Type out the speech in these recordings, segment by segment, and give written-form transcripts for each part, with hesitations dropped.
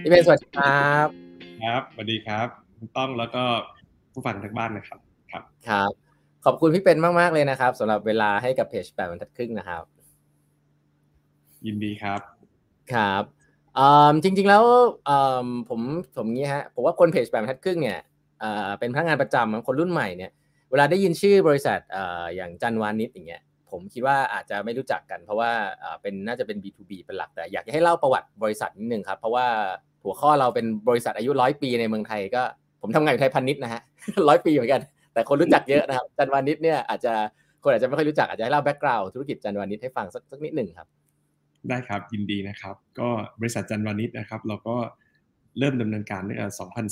พี่เบนสวัสดีครับครับสวัสดีครับคุณต้องแล้วก็ผู้ฟังทางบ้านนะครับครับขอบคุณพี่เป็นมากๆเลยนะครับสำหรับเวลาให้กับเพจ8 บรรทัดครึ่งนะครับยินดีครับครับจริงๆแล้วผมงี้ฮะผมว่าคนเพจ8 บรรทัดครึ่งเนี่ยเป็นพนักงานประจำคนรุ่นใหม่เนี่ยเวลาได้ยินชื่อบริษัทอย่างจันวานิชอย่างเงี้ยผมคิดว่าอาจจะไม่รู้จักกันเพราะว่าน่าจะเป็น B2B เป็นหลักแต่อยากจะให้เล่าประวัติบริษัทนิดนึงครับเพราะว่าหัวข้อเราเป็นบริษัทอายุ100 ปีในเมืองไทยก็ผมทำงานอยู่ไทยพาณิชย์นะฮะ100 ปีเหมือนกันแต่คนรู้จักเยอะนะครับจันวานิชเนี่ยคนอาจจะไม่ค่อยรู้จักอาจจะให้เล่าแบ็กกราวด์ธุรกิจจันวานิชให้ฟังสักนิดหนึ่งครับได้ครับยินดีนะครับก็บริษัทจันวานิชนะครับเราก็เริ่มดำเนินการตั้งแต่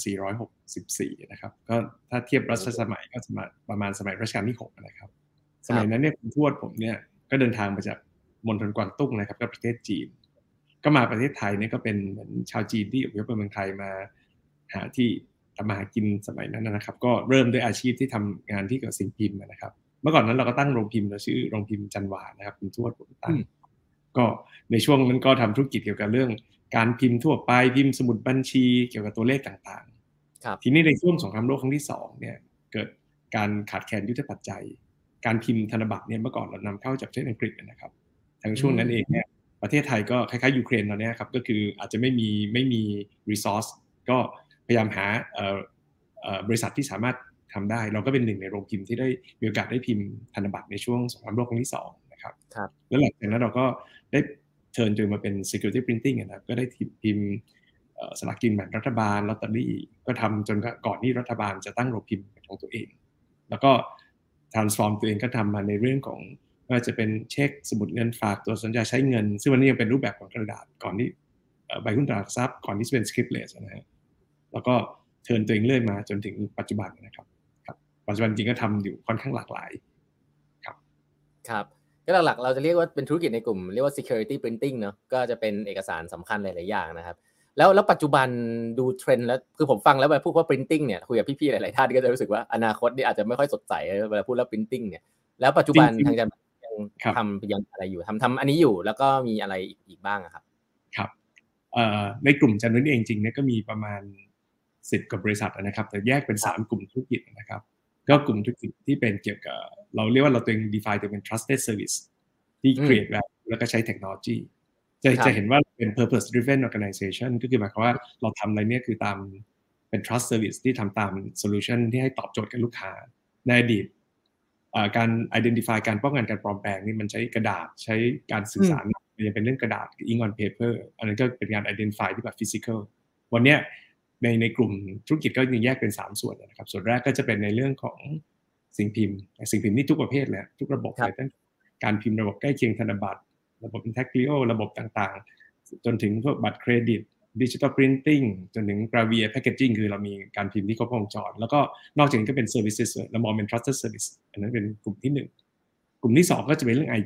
2464นะครับก็ถ้าเทียบรัชสมัยก็ประมาณสมัยรัชกาลที่6นะครับสมัยนั้นเนี่ยคุณทวดผมเนี่ยก็เดินทางมาจากมณฑลกวางตุ้งนะครับก็ประเทศจีนก็มาประเทศไทยเนี่ยก็เป็นเหมือนชาวจีนที่อพยพมาเมืองไทยมาหาที่ทำมาหากินสมัยนั้นนะครับก็เริ่มด้วยอาชีพที่ทำงานที่เกี่ยวกับสิ่งพิมพ์นะครับเมื่อก่อนนั้นเราก็ตั้งโรงพิมพ์เราชื่อโรงพิมพ์จันวานะครับคุณทวดผมตั้งก็ในช่วงนั้นก็ทำธุรกิจเกี่ยวกับเรื่องการพิมพ์ทั่วไปพิมพ์สมุดบัญชีเกี่ยวกับตัวเลขต่างๆทีนี้ในช่วงสงครามโลกครั้งที่2เนี่ยเกิดการขาดแคลนยุทธปัจจัยการพิมพ์ธนบัตรเนี่ยเมื่อก่อนเรานำเข้าจากประเทศอังกฤษนะครับทั้งช่วงนั้นเองเนี่ยประเทศไทยก็คล้ายๆยูเครนตอนนี้ครับก็คืออาจจะไม่มี resource ก็พยายามหาบริษัทที่สามารถทำได้เราก็เป็นหนึ่งในโรงพิมพ์ที่ได้มีโอกาสได้พิมพ์ธนบัตรในช่วงสงครามโลกครั้งที่2นะครับแล้วหลังจากนั้นเราก็ได้เทิร์นตัวมาเป็น security printing นะครับก็ได้พิมพ์สลากกินแบ่งรัฐบาลลอตเตอรี่ก็ทำจนก่อนที่รัฐบาลจะตั้งโรงพิมพ์ของตัวเองแล้วก็ transform ตัวเองก็ทำมาในเรื่องของว่าจะเป็นเช็คสมุดเงินฝากตัวสัญญาใช้เงินซึ่งวันนี้ยังเป็นรูปแบบของกระดาษก่อนที่ใบหุ้นตราทรัพย์ก่อนที่จะเป็น scriptless นะฮะแล้วก็เทิร์นตัวเองเรื่อยมาจนถึงปัจจุบันนะครับปัจจุบันจริงก็ทำอยู่ค่อนข้างหลากหลายครับก็หลักๆเราจะเรียกว่าเป็นธุรกิจในกลุ่มเรียกว่า security printing เนาะก็จะเป็นเอกสารสำคัญหลายๆอย่างนะครับแล้วปัจจุบันดูเทรนด์แล้วคือผมฟังแล้วเวลาพูดว่า printing เนี่ยคุยกับพี่ๆหลายๆท่านก็จะรู้สึกว่าอนาคตนี่อาจจะไม่ค่อยสดใสเวลาพูดแล้ว printing เนี่ยแล้วปัจจุบันทางจันยังทำยังอะไรอยู่ทำอันนี้อยู่แล้วก็มีอะไรอีกบ้างครับครับในกลุ่มจันนุนเองจริงเนี่ยก็มีประมาณ10 กว่าบริษัทนะครับแต่แยกเป็น3 กลุ่มธุรกิจนะครับก็กลุ่มธุรกิจที่เป็นเกี่ยวกับเราเรียกว่าเราตัวเอง define ตัวเป็น trusted service ที่ create value แล้วก็ใช้เทคโนโลยีจะเห็นว่าเป็น purpose driven organization ก็คือหมายความว่าเราทำอะไรเนี่ยคือตามเป็น trust service ที่ทำตาม solution ที่ให้ตอบโจทย์กับลูกค้าในอดีตการ identify การป้องกันการปลอมแปลงนี่มันใช้กระดาษใช้การสื่อสารยังเป็นเรื่องกระดาษ ink on paper อันนั้นก็เป็นการ identify ที่แบบ physical วันนี้ในกลุ่มธุรกิจก็ยังแยกเป็น3 ส่วนนะครับส่วนแรกก็จะเป็นในเรื่องของสิ่งพิมพ์นี่ทุกประเภทเลยทุกระบบเลยตั้งการพิมพ์ระบบใกล้เคียงธนบัตรระบบ intaglio ระบบต่างๆจนถึงพวกบัตรเครดิต digital printing จนถึง gravure packaging คือเรามีการพิมพ์ที่ครบวงจรแล้วก็นอกจากนี้ก็เป็น services เรามองเป็น trusted service อันนั้นเป็นกลุ่มที่1กลุ่มที่2ก็จะเป็นเรื่อง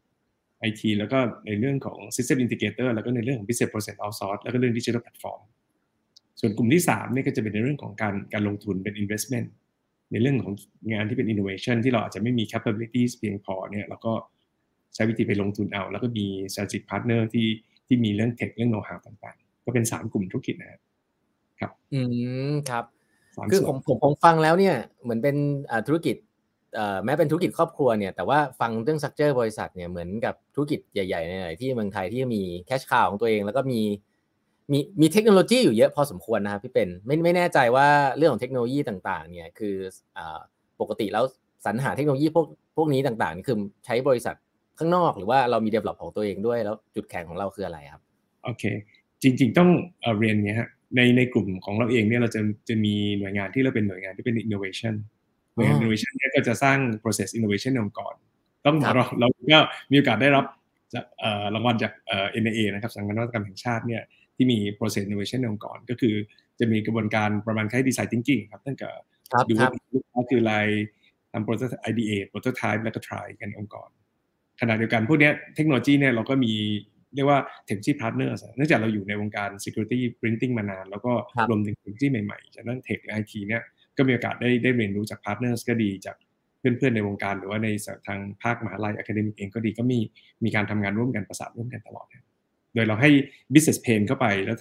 IT แล้วก็ในเรื่องของ system integrator แล้วก็ในเรื่องของ business process outsource แล้วก็เรื่อง digital platformส่วนกลุ่มที่3นี่ก็จะเป็นในเรื่องของการลงทุนเป็น investment ในเรื่องของงานที่เป็น innovation ที่เราอาจจะไม่มี capabilities เพียงพอเนี่ยเราก็ใช้วิธีไปลงทุนเอาแล้วก็มี strategic partner ที่มีเรื่อง tech เรื่อง know how ต่างๆก็เป็น3 กลุ่มธุรกิจนะครับครับคือผมฟังแล้วเนี่ยเหมือนเป็นธุรกิจแม้เป็นธุรกิจครอบครัวเนี่ยแต่ว่าฟังเรื่อง structure บริษัทเนี่ยเหมือนกับธุรกิจใหญ่ๆในหลายที่เมืองไทยที่มี cash cow ของตัวเองแล้วก็มีเทคโนโลยีอยู่เยอะพอสมควรนะครับพี่เป็นไม่แน่ใจว่าเรื่องของเทคโนโลยีต่างๆเนี่ยคือปกติแล้วสรรหาเทคโนโลยีพวกนี้ต่างๆนี่คือใช้บริษัทข้างนอกหรือว่าเรามี develop ของตัวเองด้วยแล้วจุดแข็งของเราคืออะไรครับโอเคจริงๆต้องเรียนเงี้ยฮะในกลุ่มของเราเองเนี่ยเราจะมีหน่วยงานที่เราเป็นหน่วยงานที่เป็น innovation หน่วยงาน innovation เนี่ยก็จะสร้าง process innovation องค์กรต้องเราก็มีโอกาสได้รับรางวัลจากNIA นะครับสำนักงานนวัตกรรมแห่งชาติเนี่ยที่มี process innovation องค์กรก็คือจะมีกระบวนการประมาณคล้าย design thinking ครับตั้งแต่ดูว่าลูกค้าคืออะไรทำ prototype ideate prototype แล้วก็ try กันองค์กรขณะเดียวกันพวกนี้เทคโนโลยีเนี่ยเราก็มีเรียกว่า technology partners เนื่องจากเราอยู่ในวงการ security printing มานานแล้วก็รวมถึงเทคโนโลยีใหม่ๆจากนั้น tech และ IT เนี่ยก็มีโอกาสได้เรียนรู้จาก partners ก็ดีจากเพื่อนๆในวงการหรือว่าในทางภาคมหาลัย academic เองก็ดีก็มีการทำงานร่วมกันประสานร่วมกันตลอดโดยเราให้ business pain เข้าไปแล้วทาง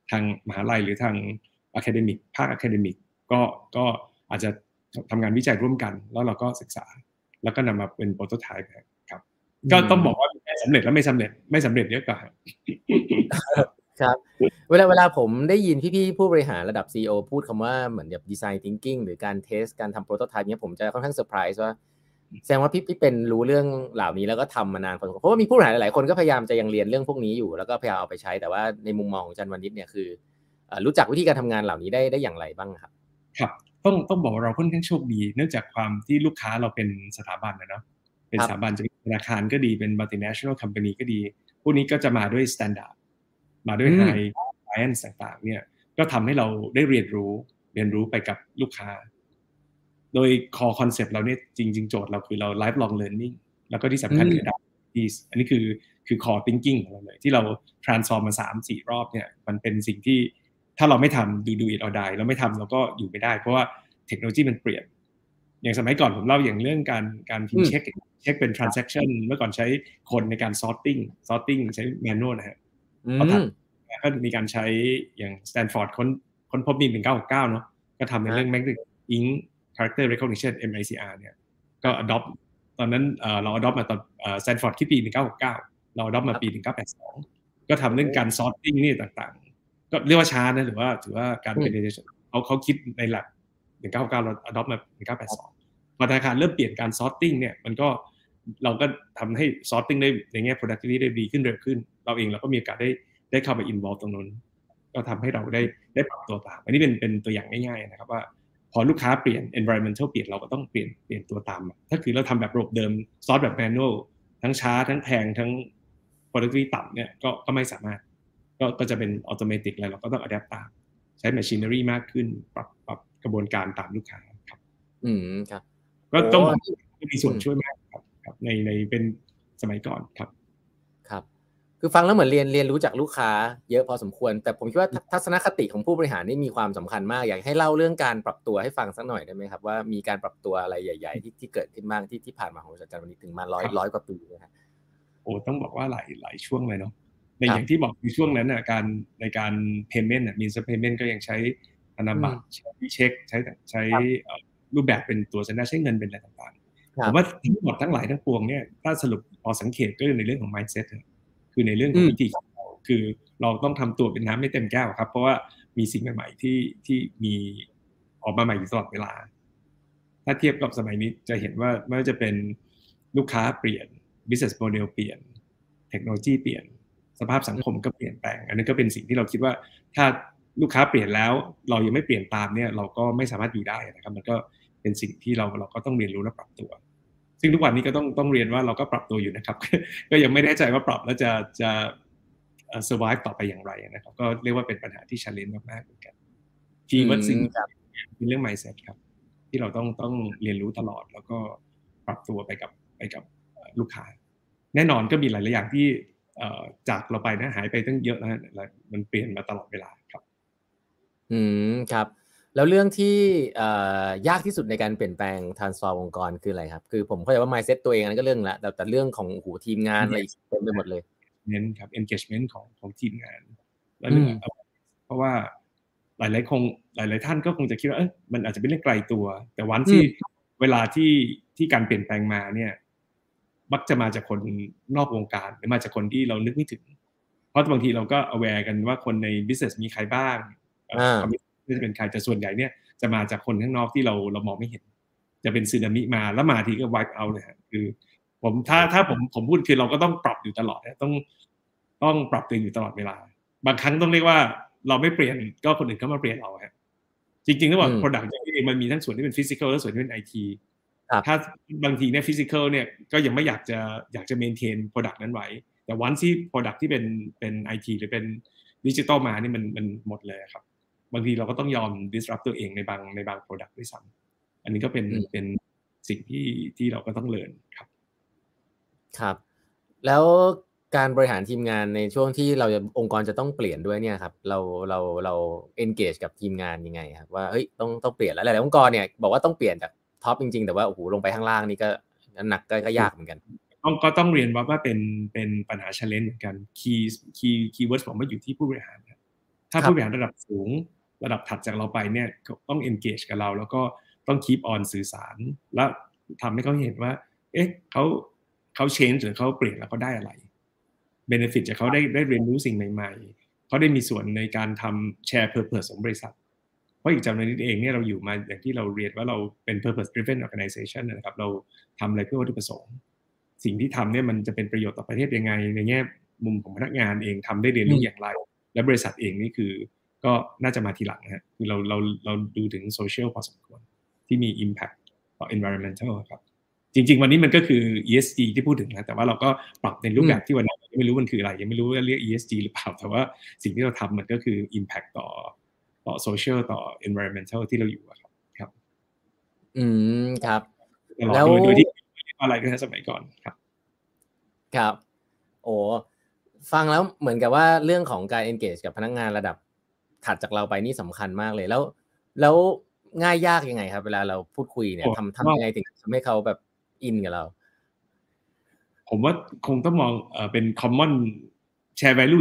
ทางมหาลัยหรือทางอะคาเดมิกภาคอะคาเดมิกก็อาจจะทำงานวิจัยร่วมกันแล้วเราก็ศึกษาแล้วก็นำมาเป็นโปรโตไทป์ครับก็ต้องบอกว่าสำเร็จและไม่สำเร็จเยอะกว่าครับเวลาผมได้ยินพี่ๆผู้บริหารระดับ CEO พูดคำว่าเหมือนแบบ design thinking หรือการเทสการทำ prototype เนี้ยผมจะค่อนข้างเซอร์ไพรส์ว่าแสดงว่าพี่เป็นรู้เรื่องเหล่านี้แล้วก็ทำมานานพอสมควรเพราะว่ามีผู้บริหารหลายๆคนก็พยายามจะยังเรียนเรื่องพวกนี้อยู่แล้วก็พยายามเอาไปใช้แต่ว่าในมุมมองของจันวานิชเนี่ยคือรู้จักวิธีการทำงานเหล่านี้ได้อย่างไรบ้างครับครับต้องบอกว่าเราค่อนข้างโชคดีเนื่องจากความที่ลูกค้าเราเป็นสถาบันนะเนาะเป็นสถาบันจะเป็นธนาคารก็ดีเป็น multinational company ก็ดีพวกนี้ก็จะมาด้วย standard มาด้วย high science ต่างๆเนี่ยก็ทำให้เราได้เรียนรู้ไปกับลูกค้าโดย core concept เราเนี่ยจริงๆโจทย์เราคือเรา lifelong learning แล้วก็ที่สำคัญคือ adaptability อันนี้คือ core thinking ของเราเลยที่เรา transform มา 3-4 รอบเนี่ยมันเป็นสิ่งที่ถ้าเราไม่ทำdo it or die เราไม่ทำเราก็อยู่ไม่ได้เพราะว่าเทคโนโลยีมันเปลี่ยนอย่างสมัยก่อนผมเล่าอย่างเรื่องการพิมพ์เช็คเป็น transaction เมื่อก่อนใช้คนในการ sorting ใช้ manual นะฮะพอถัดก็มีการใช้อย่าง Stanford ค้นพบมี1969เนาะก็ทำในเรื่อง Magnetic Ink Character Recognition MICR เนี่ยก็ adopt ตอนนั้นเรา adopt มาตอนStanford ที่ปี1969เรา adopt มาปี1982ก็ทำเรื่องการ sorting นี่ต่างๆก็เรียกว่าช้านะหรือว่าถือว่าการเป็นเขาคิดในหลัก1969เรา adopt มา1982พอธนาคารเริ่มเปลี่ยนการ sorting เนี่ยมันก็เราก็ทำให้ sorting ได้ในแง่ productivity ได้ดีขึ้นเร็วขึ้นเราเองเราก็มีโอกาสได้เข้าไป involve ตรงนั้นก็ทำให้เราได้ปรับตัวตามอันนี้เป็นตัวอย่างง่ายๆนะครับว่าพอลูกค้าเปลี่ยน environmental เปลี่ยนเราก็ต้องเปลี่ยนตัวตามถ้าคือเราทำแบบระบบเดิมซอสแบบ manual ทั้งช้าทั้งแพงทั้ง productivity ต่ำเนี่ยก็ไม่สามารถก็จะเป็น automatic แล้วเราก็ต้อง adapt ตามใช้ machinery มากขึ้นปรับกระบวนการตามลูกค้าครับครับก็ต้องบอกมีส่วนช่วยมากครับในเป็นสมัยก่อนครับครับคือฟังแล้วเหมือนเรียนรู้จากลูกค้าเยอะพอสมควรแต่ผมคิดว่าทัศนคติของผู้บริหารนี่มีความสำคัญมากอยากให้เล่าเรื่องการปรับตัวให้ฟังสักหน่อยได้ไหมครับว่ามีการปรับตัวอะไรใหญ่ๆที่เกิดขึ้นบ้างที่ผ่านมาของบริษัทจันวันนี้ถึงมาร้อยกว่าปีนะครับโอ้ต้องบอกว่าหลายช่วงเลยเนาะในอย่างที่บอกในช่วงนั้นน่ะในการ payment มี payment ก็ยังใช้ธนบัตรใช้เช็คใช้รูปแบบเป็นตัวสัญญาใช้เงินเป็นอะไรต่างๆผมว่าทั้งหมดทั้งหลายทั้งปวงเนี่ยถ้าสรุปพอสังเกตก็ในเรื่องของ mindset คือในเรื่องของวิธีคิดเราคือเราต้องทำตัวเป็นน้ำไม่เต็มแก้วครับเพราะว่ามีสิ่งใหม่ๆที่มีออกมาใหม่อยู่ตลอดเวลาถ้าเทียบกับสมัยนี้จะเห็นว่าไม่ว่าจะเป็นลูกค้าเปลี่ยน business model เปลี่ยนเทคโนโลยีเปลี่ยนสภาพสังคมก็เปลี่ยนแปลงอันนี้ก็เป็นสิ่งที่เราคิดว่าถ้าลูกค้าเปลี่ยนแล้วเรายังไม่เปลี่ยนตามเนี่ยเราก็ไม่สามารถอยู่ได้นะครับมันก็เป็นสิ่งที่เราก็ต้องเรียนรู้และปรับตัวซึ่งทุกวันนี้ก็ต้องเรียนว่าเราก็ปรับตัวอยู่นะครับก็ยังไม่แน่ใจว่าปรับแล้วจะsurvive ต่อไปอย่างไรนะครับก็เรียกว่าเป็นปัญหาที่ challenge มากๆเหมือนกันคีย์เวิร์ดสิ่งเป็นเรื่อง mindset ครับที่เราต้องเรียนรู้ตลอดแล้วก็ปรับตัวไปกับลูกค้าแน่นอนก็มีหลายๆอย่างที่จากเราไปนะหายไปตั้งเยอะแล้วมันเปลี่ยนมาตลอดเวลาครับครับแล้วเรื่องที่ยากที่สุดในการเปลี่ยนแปลง transform องค์กรคืออะไรครับคือผมเข้าใจว่า mindset ตัวเองนั้นก็เรื่องละแต่เรื่องของทีมงานอะไรอีกเต็มไปหมดเลยครับ engagement ของทีมงานแล้วเรื่องเพราะว่าหลายท่านก็คงจะคิดว่ามันอาจจะเป็นเรื่องไกลตัวแต่วันที่เวลาที่การเปลี่ยนแปลงมาเนี่ยมักจะมาจากคนนอกวงการหรือมาจากคนที่เรานึกไม่ถึงเพราะบางทีเราก็ aware กันว่าคนใน business มีใครบ้างจะเป็นใครแต่ส่วนใหญ่เนี่ยจะมาจากคนข้างนอกที่เรามองไม่เห็นจะเป็นสึนามิมาแล้วมาทีก็ wipe out เลยฮะคือผมถ้าผมพูดคือเราก็ต้องปรับอยู่ตลอดนะต้องปรับตัวอยู่ตลอดเวลาบางครั้งต้องเรียกว่าเราไม่เปลี่ยนก็คนอื่นก็มาเปลี่ยนเราฮะจริงๆต้องบอก product มันมีทั้งส่วนที่เป็น physical และส่วนที่เป็น IT ถ้าบางทีเนี่ย physical เนี่ยก็ยังไม่อยากจะ maintain product นั้นไว้แต่วันที่ product ที่เป็น IT หรือเป็น digital มานี่มันหมดเลยครับบางทีเราก็ต้องยอม disrupt ตัวเองในบาง product ด้วยซ้ำอันนี้ก็เป็นสิ่งที่เราก็ต้องเรียนครับครับแล้วการบริหารทีมงานในช่วงที่องค์กรจะต้องเปลี่ยนด้วยเนี่ยครับเรา engage กับทีมงานยังไงครับว่าเฮ้ยต้องเปลี่ยนแล้วหลายๆองค์กรเนี่ยบอกว่าต้องเปลี่ยนจากท็อปจริงๆแต่ว่าโอ้โหลงไปข้างล่างนี่ก็หนักก็ยากเหมือนกันต้องเรียนว่าเป็นปัญหา challenge เหมือนกันคีย์เวิร์ดผมว่าอยู่ที่ผู้บริหารถ้าผู้บริหารระดับสูงระดับถัดจากเราไปเนี่ยต้อง engage กับเราแล้วก็ต้อง keep on สื่อสารและทำให้เขาเห็นว่าเอ๊ะเขา change หรือเขาเปลี่ยนแล้วเขาได้อะไร benefit จากเขาได้เรียนรู้สิ่งใหม่ๆเขาได้มีส่วนในการทำ share purpose ของบริษัทเพราะอีกจำนวนนิดเองเนี่ยเราอยู่มาอย่างที่เราเรียนว่าเราเป็น purpose driven organization นะครับเราทำอะไรเพื่อวัตถุประสงค์สิ่งที่ทำเนี่ยมันจะเป็นประโยชน์ต่อประเทศยังไงในแง่มุมของพนักงานเองทำได้เรียนรู้อย่างไรและบริษัทเองนี่คือก็น่าจะมาทีหลังนะฮะคือเราดูถึง social พอสมควรที่มี impact ต่อ environmental ครับจริงๆวันนี้มันก็คือ ESG ที่พูดถึงนะแต่ว่าเราก็ปรับในรูปแบบที่วันนี้ไม่รู้มันคืออะไรยังไม่รู้ว่าเรียก ESG หรือเปล่าแต่ว่าสิ่งที่เราทำมันก็คือ impact ต่อ social ต่อ environmental ที่เราอยู่ครับครับแล้วโดยที่อะไรก็สมัยก่อนครับโอ้ฟังแล้วเหมือนกับว่าเรื่องของการ engage กับพนักงานระดับถัดจากเราไปนี่สำคัญมากเลยแล้วง่ายยากยังไงครับเวลาเราพูดคุยเนี่ยทำยังไงถึงทำให้เขาแบบอินกับเราผมว่าคงต้องมองเป็น common share value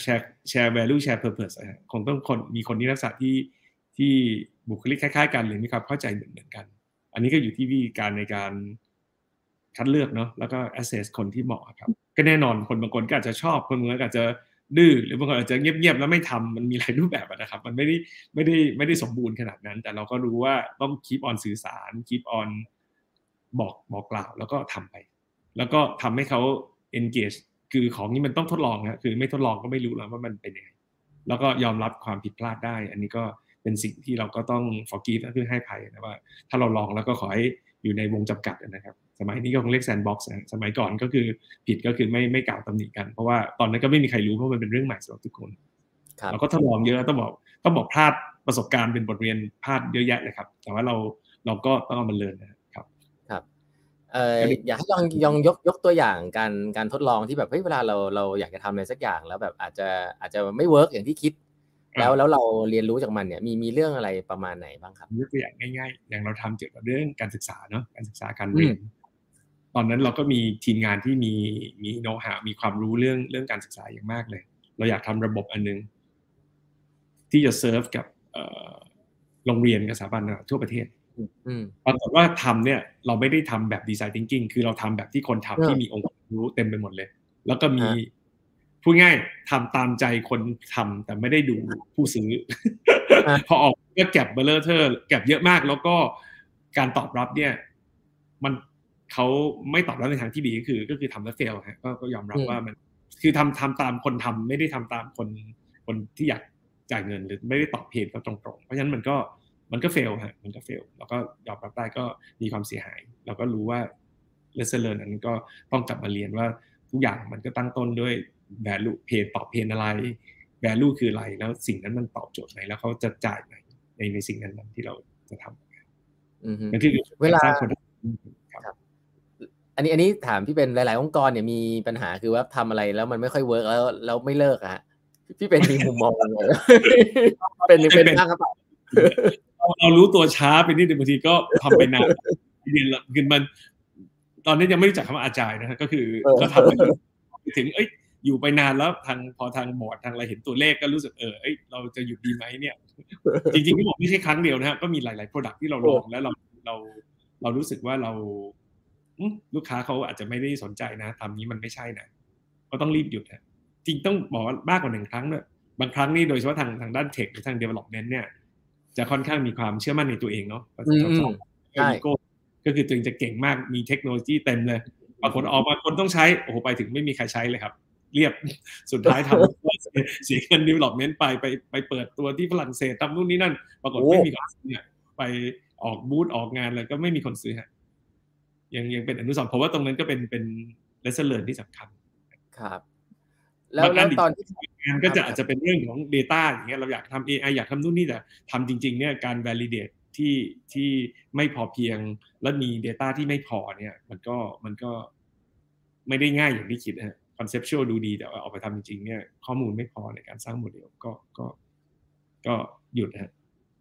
share value share purpose คงต้องมีคนที่ลักษณะที่บุคลิกคล้ายๆกันหรือมีความเข้าใจเหมือนกันอันนี้ก็อยู่ที่วิธีการในการคัดเลือกเนาะแล้วก็ assess คนที่เหมาะครับก็แน่นอนคนบางคนก็อาจจะชอบคนบางคนก็อาจจะดื้อหรือบางคนอาจจะเงียบๆแล้วไม่ทำมันมีหลายรูปแบบนะครับมันไม่ได้สมบูรณ์ขนาดนั้นแต่เราก็รู้ว่าต้อง keep on สื่อสาร keep on บอกกล่าวแล้วก็ทำไปแล้วก็ทำให้เขา engage คือของนี้มันต้องทดลองนะคือไม่ทดลองก็ไม่รู้หรอกว่ามันเป็นยังไงแล้วก็ยอมรับความผิดพลาดได้อันนี้ก็เป็นสิ่งที่เราก็ต้อง forgive ก็คือให้อภัยนะว่าถ้าเราลองแล้วก็ขอให้อยู่ในวงจำกัดนะครับสมัยนี้ก็คงเรียก sandbox นะสมัยก่อนก็คือผิดก็คือไม่กล่าวตำหนิกันเพราะว่าตอนนั้นก็ไม่มีใครรู้เพราะมันเป็นเรื่องใหม่สำหรับทุกคนเราก็ทดลองเยอะต้องบอกพลาดประสบการณ์เป็นบทเรียนพลาดเยอะแยะเลยครับแต่ว่าเราก็ต้องเอามันเรียนนะครับอยากให้ลองยกตัวอย่างการทดลองที่แบบเฮ้ยเวลาเราอยากจะทำอะไรสักอย่างแล้วแบบอาจจะไม่เวิร์กอย่างที่คิดแล้วเราเรียนรู้จากมันเนี่ยมีเรื่องอะไรประมาณไหนบ้างครับยกตัวอย่างง่ายๆอย่างเราทำเกี่ยวกับเรื่องการศึกษาเนาะการศึกษาการเรียนตอนนั้นเราก็มีทีมงานที่มีโน้ตหามีความรู้เรื่องการศึกษาอย่างมากเลยเราอยากทำระบบอันนึงที่จะเซิร์ฟกับโรงเรียนกับสถาบันทั่วประเทศปรากฏว่าทำเนี่ยเราไม่ได้ทำแบบดีไซน์ทิงกิ้งคือเราทำแบบที่คนทำที่มีองค์ความรู้เต็มไปหมดเลยแล้วก็มีพูดง่ายทำตามใจคนทำแต่ไม่ได้ดูผู้ซื้อพอออกก็แก็บเบลเลอร์เทอร์แก็บเยอะมากแล้วก็การตอบรับเนี่ยมันเขาไม่ตอบรับในทางที่ดีก็คือทำแล้วเฟลฮะก็ยอมรับว่ามันคือทำตามคนทำไม่ได้ทำตามคนที่อยากจ่ายเงินหรือไม่ได้ตอบเพจเขาตรงๆเพราะฉะนั้นมันก็เฟลฮะมันก็เฟลแล้วก็ยอมรับได้ก็มีความเสียหายเราก็รู้ว่า lesson learn นั้นก็ต้องกลับมาเรียนว่าทุกอย่างมันก็ตั้งต้นด้วย value เพจตอบเพจอะไร value คืออะไรแล้วสิ่งนั้นมันตอบโจทย์ไหนแล้วเขาจะจ่ายไหนในสิ่งนั้นที่เราจะทำนั่นคือเวลาสร้างคนครับอันนี้ถามพี่เป็นหลายๆองค์กรเนี่ยมีปัญหาคือว่าทำอะไรแล้วมันไม่ค่อยเวิร์กแล้วไม่เลิกอะฮะพี่เป็นมีมุมมองยังไงเป็นบ้างครับเรารู้ตัวช้าไปนิดนึงบางทีก็ทำไปนานเรียนคือมันตอนนี้ยังไม่รู้จักคำว่าอาจารย์นะก็คือก็ทำไปถึงอยู่ไปนานแล้วพอทางบอร์ดทางอะไรเห็นตัวเลขก็รู้สึกเราจะหยุดดีไหมเนี่ยจริงๆที่บอกไม่ใช่ครั้งเดียวนะฮะก็มีหลายๆ product ที่เราลองแล้วเรารู้สึกว่าเราลูกค้าเขาอาจจะไม่ได้สนใจนะทำนี้มันไม่ใช่นะก็ต้องรีบหยุดนะจริงต้องบอกมากกว่า1ครั้งด้วยบางครั้งนี่โดยเฉพาะทางด้านเทคหรือทาง development เนี่ยจะค่อนข้างมีความเชื่อมั่นในตัวเองเนาะใช่ก็คือตัวเองจะเก่งมากมีเทคโนโลยีเต็มเลยบางคนออกมาคนต้องใช้โอ้โหไปถึงไม่มีใครใช้เลยครับเรียบสุดท้ายทำเสียเงิน development ไปเปิดตัวที่ฝรั่งเศสทำนู่นนี่นั่นปรากฏไม่มีคนซื้อเนี่ยไปออกบูธออกงานเลยก็ไม่มีคนซื้อฮะยังเป็นอนุสรณ์เพราะว่าตรงนั้นก็เป็น lesson learn ที่สำคัญครับแล้วตอนที่งานก็อาจจะเป็นเรื่องของ data อย่างเงี้ยเราอยากทำ AI อยากทำนู่นนี่แต่ทำจริงๆเนี่ยการ validate ที่ไม่พอเพียงและมี data ที่ไม่พอเนี่ยมันก็ไม่ได้ง่ายอย่างที่คิดฮะ conceptual ดูดีแต่ว่าออกไปทำจริงๆเนี่ยข้อมูลไม่พอในการสร้างโมเดลก็หยุดฮะ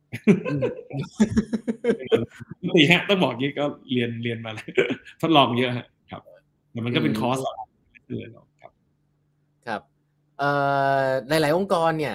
นี่ฮะต้องบอกงี้ก็เรียนมาเลยทดลองเยอะครับแต่มันก็เป็นคอร์สเลยครับหลายๆองค์กรเนี่ย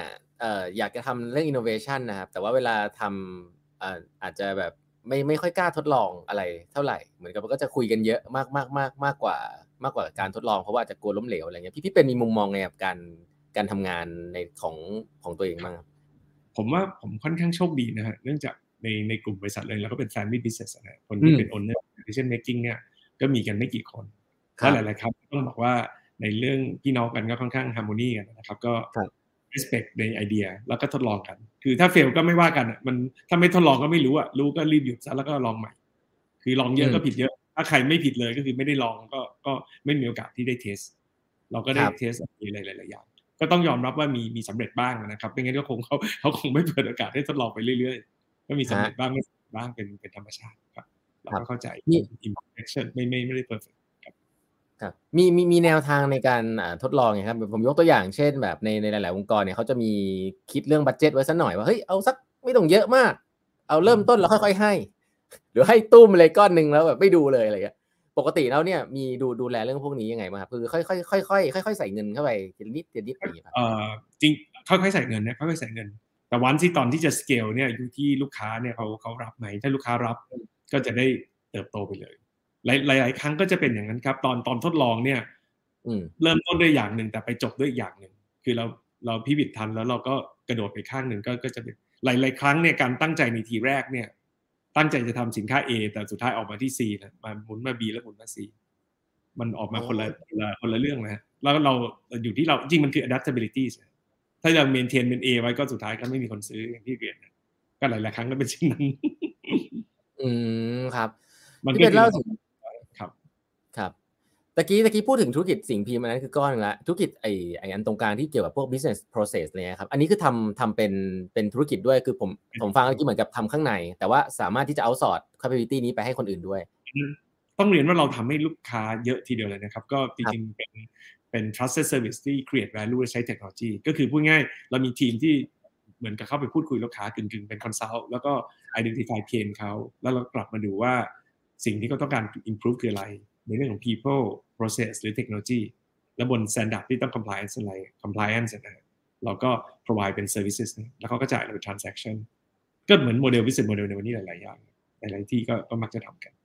อยากจะทำเรื่อง innovation นะครับแต่ว่าเวลาทำอาจจะแบบไม่ค่อยกล้าทดลองอะไรเท่าไหร่เหมือนกับก็จะคุยกันเยอะมากกว่าการทดลองเพราะว่าจะกลัวล้มเหลวอะไรเงี้ยพี่เป็นมีมุมมองไงกับการทำงานในของตัวเองบ้างครับผมว่าผมค่อนข้างโชคดีนะฮะเนื่องจากในกลุ่มบริษัทเลยแล้วก็เป็น family business นะคนที่เป็น owner decision making เนี่ยก็มีกันไม่กี่คนและหลายๆครั้งต้องบอกว่าในเรื่องพี่น้องกันก็ค่อนข้าง harmony กันนะครับก็ respect ในไอเดียแล้วก็ทดลองกันคือถ้า fail ก็ไม่ว่ากันมันถ้าไม่ทดลองก็ไม่รู้รู้ก็รีบหยุดซะแล้วก็ลองใหม่คือลองเยอะก็ผิดเยอะถ้าใครไม่ผิดเลยก็คือไม่ได้ลองก็ไม่มีโอกาสที่ได้เทสเราก็ได้เทสอะไรหลายๆอย่างก็ต้องยอมรับว่ามีสำเร็จบ้างนะครับไม่งั้นก็เขาคงไม่เปิดโอกาสให้ทดลองไปเรื่อยๆก็มีสำเร็จบ้างไม่สำเร็จบ้างเป็นธรรมชาติครับเราก็เข้าใจ imperfection ไม่ได้ perfect ครับมีแนวทางในการทดลองไงครับผมยกตัวอย่างเช่นแบบในหลายๆองค์กรเนี่ยเขาจะมีคิดเรื่องบัดเจ็ตไว้สักหน่อยว่าเฮ้ยเอาสักไม่ต้องเยอะมากเอาเริ่มต้นแล้วค่อยๆให้หรือให้ตุ้มเลยก้อนนึงแล้วแบบไม่ดูเลยอะไรเงี้ยปกติแล้วเนี่ยมีดูแลเรื่องพวกนี้ยังไงบ้างครับคือค่อยๆใส่เงินเข้าไปทีละนิดอย่างงี้ครับจริงค่อยๆใส่เงินนะค่อยๆใส่เงินแต่วันที่ตอนที่จะ scale เนี่ยอยู่ที่ลูกค้าเนี่ยเขารับไหมถ้าลูกค้ารับก็จะได้เติบโตไปเลยหลายครั้งก็จะเป็นอย่างนั้นครับตอนทดลองเนี่ยเริ่มต้นด้วยอย่างหนึ่งแต่ไปจบด้วยอีกอย่างหนึ่งคือเราพิบิดทันแล้วเราก็กระโดดไปข้างหนึ่งก็จะเป็นหลายครั้งเนี่ยการตั้งใจในทีแรกเนี่ยตั้งใจจะทำสินค้า A แต่สุดท้ายออกมาที่ C นะมาหมุนมา B แล้วหมุนมา C มันออกมาคนละเรื่องนะแล้วเราอยู่ที่เราจริงมันคือ adaptability ถ้าเรา maintain เป็น A ไว้ก็สุดท้ายก็ไม่มีคนซื้ออย่างที่เรียนก็หลายๆครั้งก็เป็นเช่นนั้นครับมันก็เล่าถึงครับตะกี้พูดถึงธุรกิจสิ่งพิมพ์อันนั้นคือก้อนนึงละธุรกิจไอ้อันตรงกลางที่เกี่ยวกับพวก business process อะไรเงี้ยครับอันนี้คือทำเป็นธุรกิจด้วยคือผมฟังเมื่อกี้เหมือนกับทำข้างในแต่ว่าสามารถที่จะ outsource capability นี้ไปให้คนอื่นด้วยต้องเรียนว่าเราทำให้ลูกค้าเยอะทีเดียวเลยนะครับก็จริงๆเป็น trusted service ที่ create value ใช้เทคโนโลยีก็คือพูดง่ายเรามีทีมที่เหมือนกับเข้าไปพูดคุยลูกค้ากึ่งเป็น consult แล้วก็ identify pain เขาแล้วเรากลับมาดูว่าสิ่งที่เขาต้องการ improve คืออะไรในเรื่องของ people process หรือ technology และบน standard ที่ต้อง compliance นะเราก็ provide เป็น services แล้วเขาก็จ่ายเราเป็น transaction ก็เหมือนโมเดล business model ในวันนี้หลายๆอย่างหลายๆที่ก็มักจะทำกัน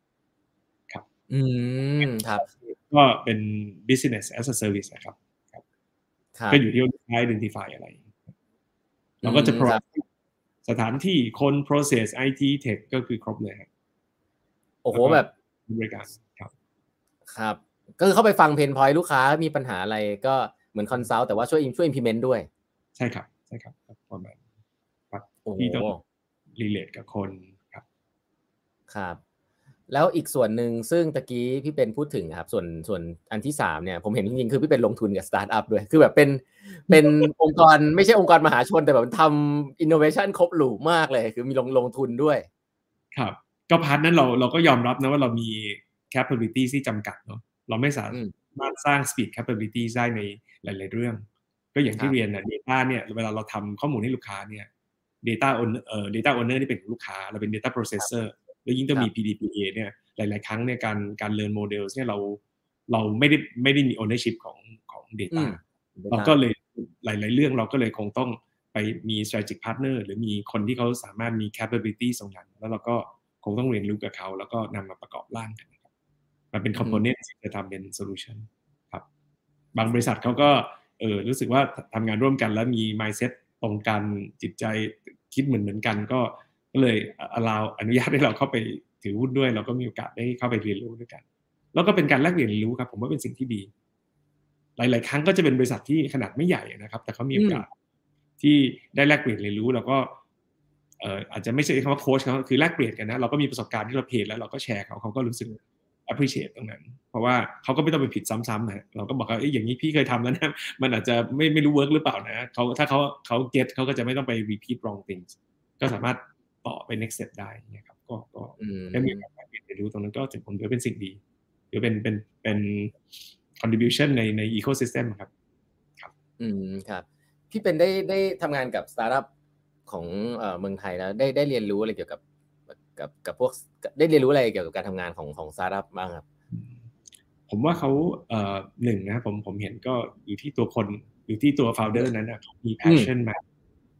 ครับก็เป็น business as a service นะครับก็อยู่ที่ว่า identify อะไรเราก็จะ provide สถานที่คน process IT tech ก็คือครบเลยครับโอ้โหแบบบริการครับก็คือเข้าไปฟังเพนพอยต์ลูกค้ามีปัญหาอะไรก็เหมือนคอนซัลท์แต่ว่าช่วย implement ด้วยใช่ครับประมาณครับที่ต้อง relate กับคนครับแล้วอีกส่วนหนึ่งซึ่งตะกี้พี่เป็นพูดถึงครับส่วนอันที่3เนี่ยผมเห็นจริงๆคือพี่เป็นลงทุนกับสตาร์ทอัพด้วยคือแบบเป็นองค์กรไม่ใช่องค์กรมหาชนแต่แบบทำ innovation ครบหลูมากเลยคือมีลงทุนด้วยครับก็พาร์ทนั้นเราก็ยอมรับนะว่าเรามี capability ที่จำกัดเนาะเราไม่สามารถสร้าง speed capability ได้ในหลายๆเรื่องก็อย่างที่เรียนนะ data เนี่ยเวลาเราทำข้อมูลให้ลูกค้าเนี่ย data owner นี่เป็นลูกค้าเราเป็น data processor แล้วยิ่งต้องมี PDPA เนี่ยหลายๆครั้งเนี่ยการ learn models เนี่ยเราไม่ได้มี ownership ของ data เราก็เลยหลายๆเรื่องเราก็เลยคงต้องไปมี strategic partner หรือมีคนที่เขาสามารถมี capability ตรงนั้นแล้วเราก็คงต้องเรียนรู้กับเขาแล้วก็นำมาประกอบร่างกันนะครับมันเป็น component ที่จะทำเป็น solution ครับบางบริษัทเขาก็รู้สึกว่าทำงานร่วมกันแล้วมี mindset ตรงกันจิตใจคิดเหมือนกันก็เลยอนุญาตให้เราเข้าไปถือหุ้นด้วยเราก็มีโอกาสได้เข้าไปเรียนรู้ด้วยกันแล้วก็เป็นการแลกเปลี่ยนเรียนรู้ครับผมว่าเป็นสิ่งที่ดีหลายๆครั้งก็จะเป็นบริษัทที่ขนาดไม่ใหญ่นะครับแต่เขามีโอกาสที่ได้แลกเปลี่ยนเรียนรู้แล้วก็อาจจะไม่ใช่คำว่าโค้ชเขาคือแลกเปลี่ยนกันนะเราก็มีประสบการณ์ที่เราเพลแล้วเราก็แชร์เขาก็รู้สึก appreciate ตรงนั้นเพราะว่าเขาก็ไม่ต้องไปผิดซ้ำๆนะเราก็บอกว่าอย่างนี้พี่เคยทำแล้วนะมันอาจจะไม่รู้ work หรือเปล่านะถ้าเขา get เขาก็จะไม่ต้องไป repeat wrong things ก็สามารถต่อไป next step ได้นะครับก็ได้มีการเรียนรู้ตรงนั้นก็ถึงผมถือเป็นสิ่งดีหรือเป็น contribution ใน ecosystem ครับครับพี่เป็นได้ทำงานกับสตาร์ทอัพของเมืองไทยแล้วได้เรียนรู้อะไรเกี่ยวกับพวกได้เรียนรู้อะไรเกี่ยวกับการทำงานของสตาร์ทอัพบ้างครับผมว่าเขาหนึ่งนะผมเห็นก็อยู่ที่ตัวคนอยู่ที่ตัว founder นั้นนะมี passion มา